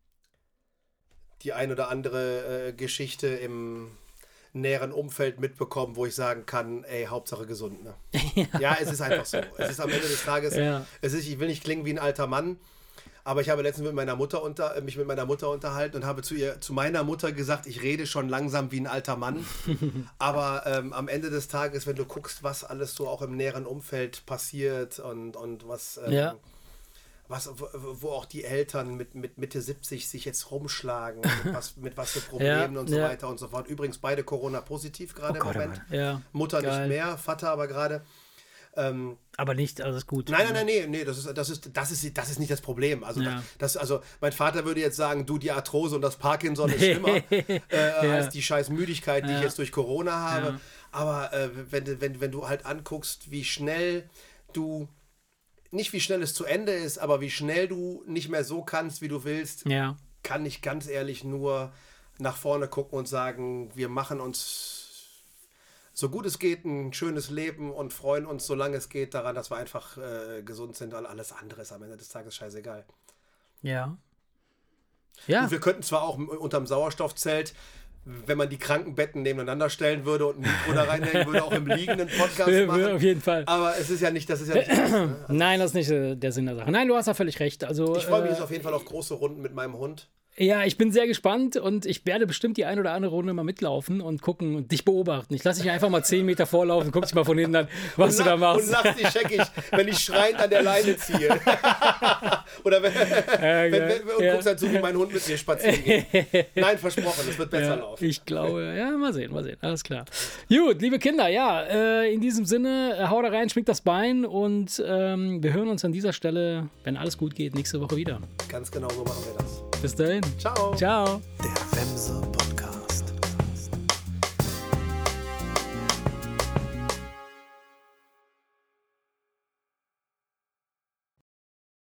die ein oder andere äh, Geschichte im näheren Umfeld mitbekommen, wo ich sagen kann, ey, Hauptsache gesund. Ne? Ja. ja, es ist einfach so. Es ist am Ende des Tages, ja. es ist, ich will nicht klingen wie ein alter Mann, aber ich habe letztens mit meiner Mutter unter, mich mit meiner Mutter unterhalten und habe zu ihr, zu meiner Mutter gesagt, ich rede schon langsam wie ein alter Mann. Aber ähm, am Ende des Tages, wenn du guckst, was alles so auch im näheren Umfeld passiert und, und was, ähm, ja. was, wo, wo auch die Eltern mit, mit Mitte siebzig sich jetzt rumschlagen, mit was, mit was für Problemen ja, und so ja. weiter und so fort. Übrigens beide Corona-positiv gerade oh im Gott, Moment. Ja. Mutter Geil. nicht mehr, Vater aber gerade. Ähm, aber nicht, alles gut. Nein, nein, nein, nee, nee, das ist, das ist, das ist, das ist nicht das Problem. Also, ja. das, also mein Vater würde jetzt sagen, du, die Arthrose und das Parkinson ist schlimmer äh, ja. als die scheiß Müdigkeit, die ja. ich jetzt durch Corona habe. Ja. Aber äh, wenn, wenn, wenn du halt anguckst, wie schnell du, nicht wie schnell es zu Ende ist, aber wie schnell du nicht mehr so kannst, wie du willst, ja. kann ich ganz ehrlich nur nach vorne gucken und sagen, wir machen uns so gut es geht ein schönes Leben und freuen uns, solange es geht, daran, dass wir einfach äh, gesund sind, weil alles andere ist am Ende des Tages scheißegal. Ja. Ja. Und wir könnten zwar auch unterm Sauerstoffzelt, wenn man die Krankenbetten nebeneinander stellen würde und ein Mikro da reinhängen würde, auch im liegenden Podcast machen. Auf jeden Fall. Aber es ist ja nicht, das ist ja nicht das, ne? Also Nein, das ist nicht äh, der Sinn der Sache. Nein, du hast ja völlig recht. Also, ich freue mich äh, jetzt auf jeden Fall auf große Runden mit meinem Hund. Ja, ich bin sehr gespannt und ich werde bestimmt die ein oder andere Runde mal mitlaufen und gucken und dich beobachten. Ich lasse dich einfach mal zehn Meter vorlaufen, guck dich mal von hinten an, was und du da lach, machst. Und lach dich scheckig, wenn ich schreiend an der Leine ziehe. Oder wenn, ja, wenn, wenn und ja. guckst halt so, wie mein Hund mit mir spazieren geht. Nein, versprochen, es wird besser ja, laufen. Ich glaube, ja, mal sehen, mal sehen, alles klar. Gut, liebe Kinder, ja, äh, in diesem Sinne, äh, hau da rein, schwingt das Bein und ähm, wir hören uns an dieser Stelle, wenn alles gut geht, nächste Woche wieder. Ganz genau so machen wir das. Bis dahin. Ciao. Ciao. Der Wemse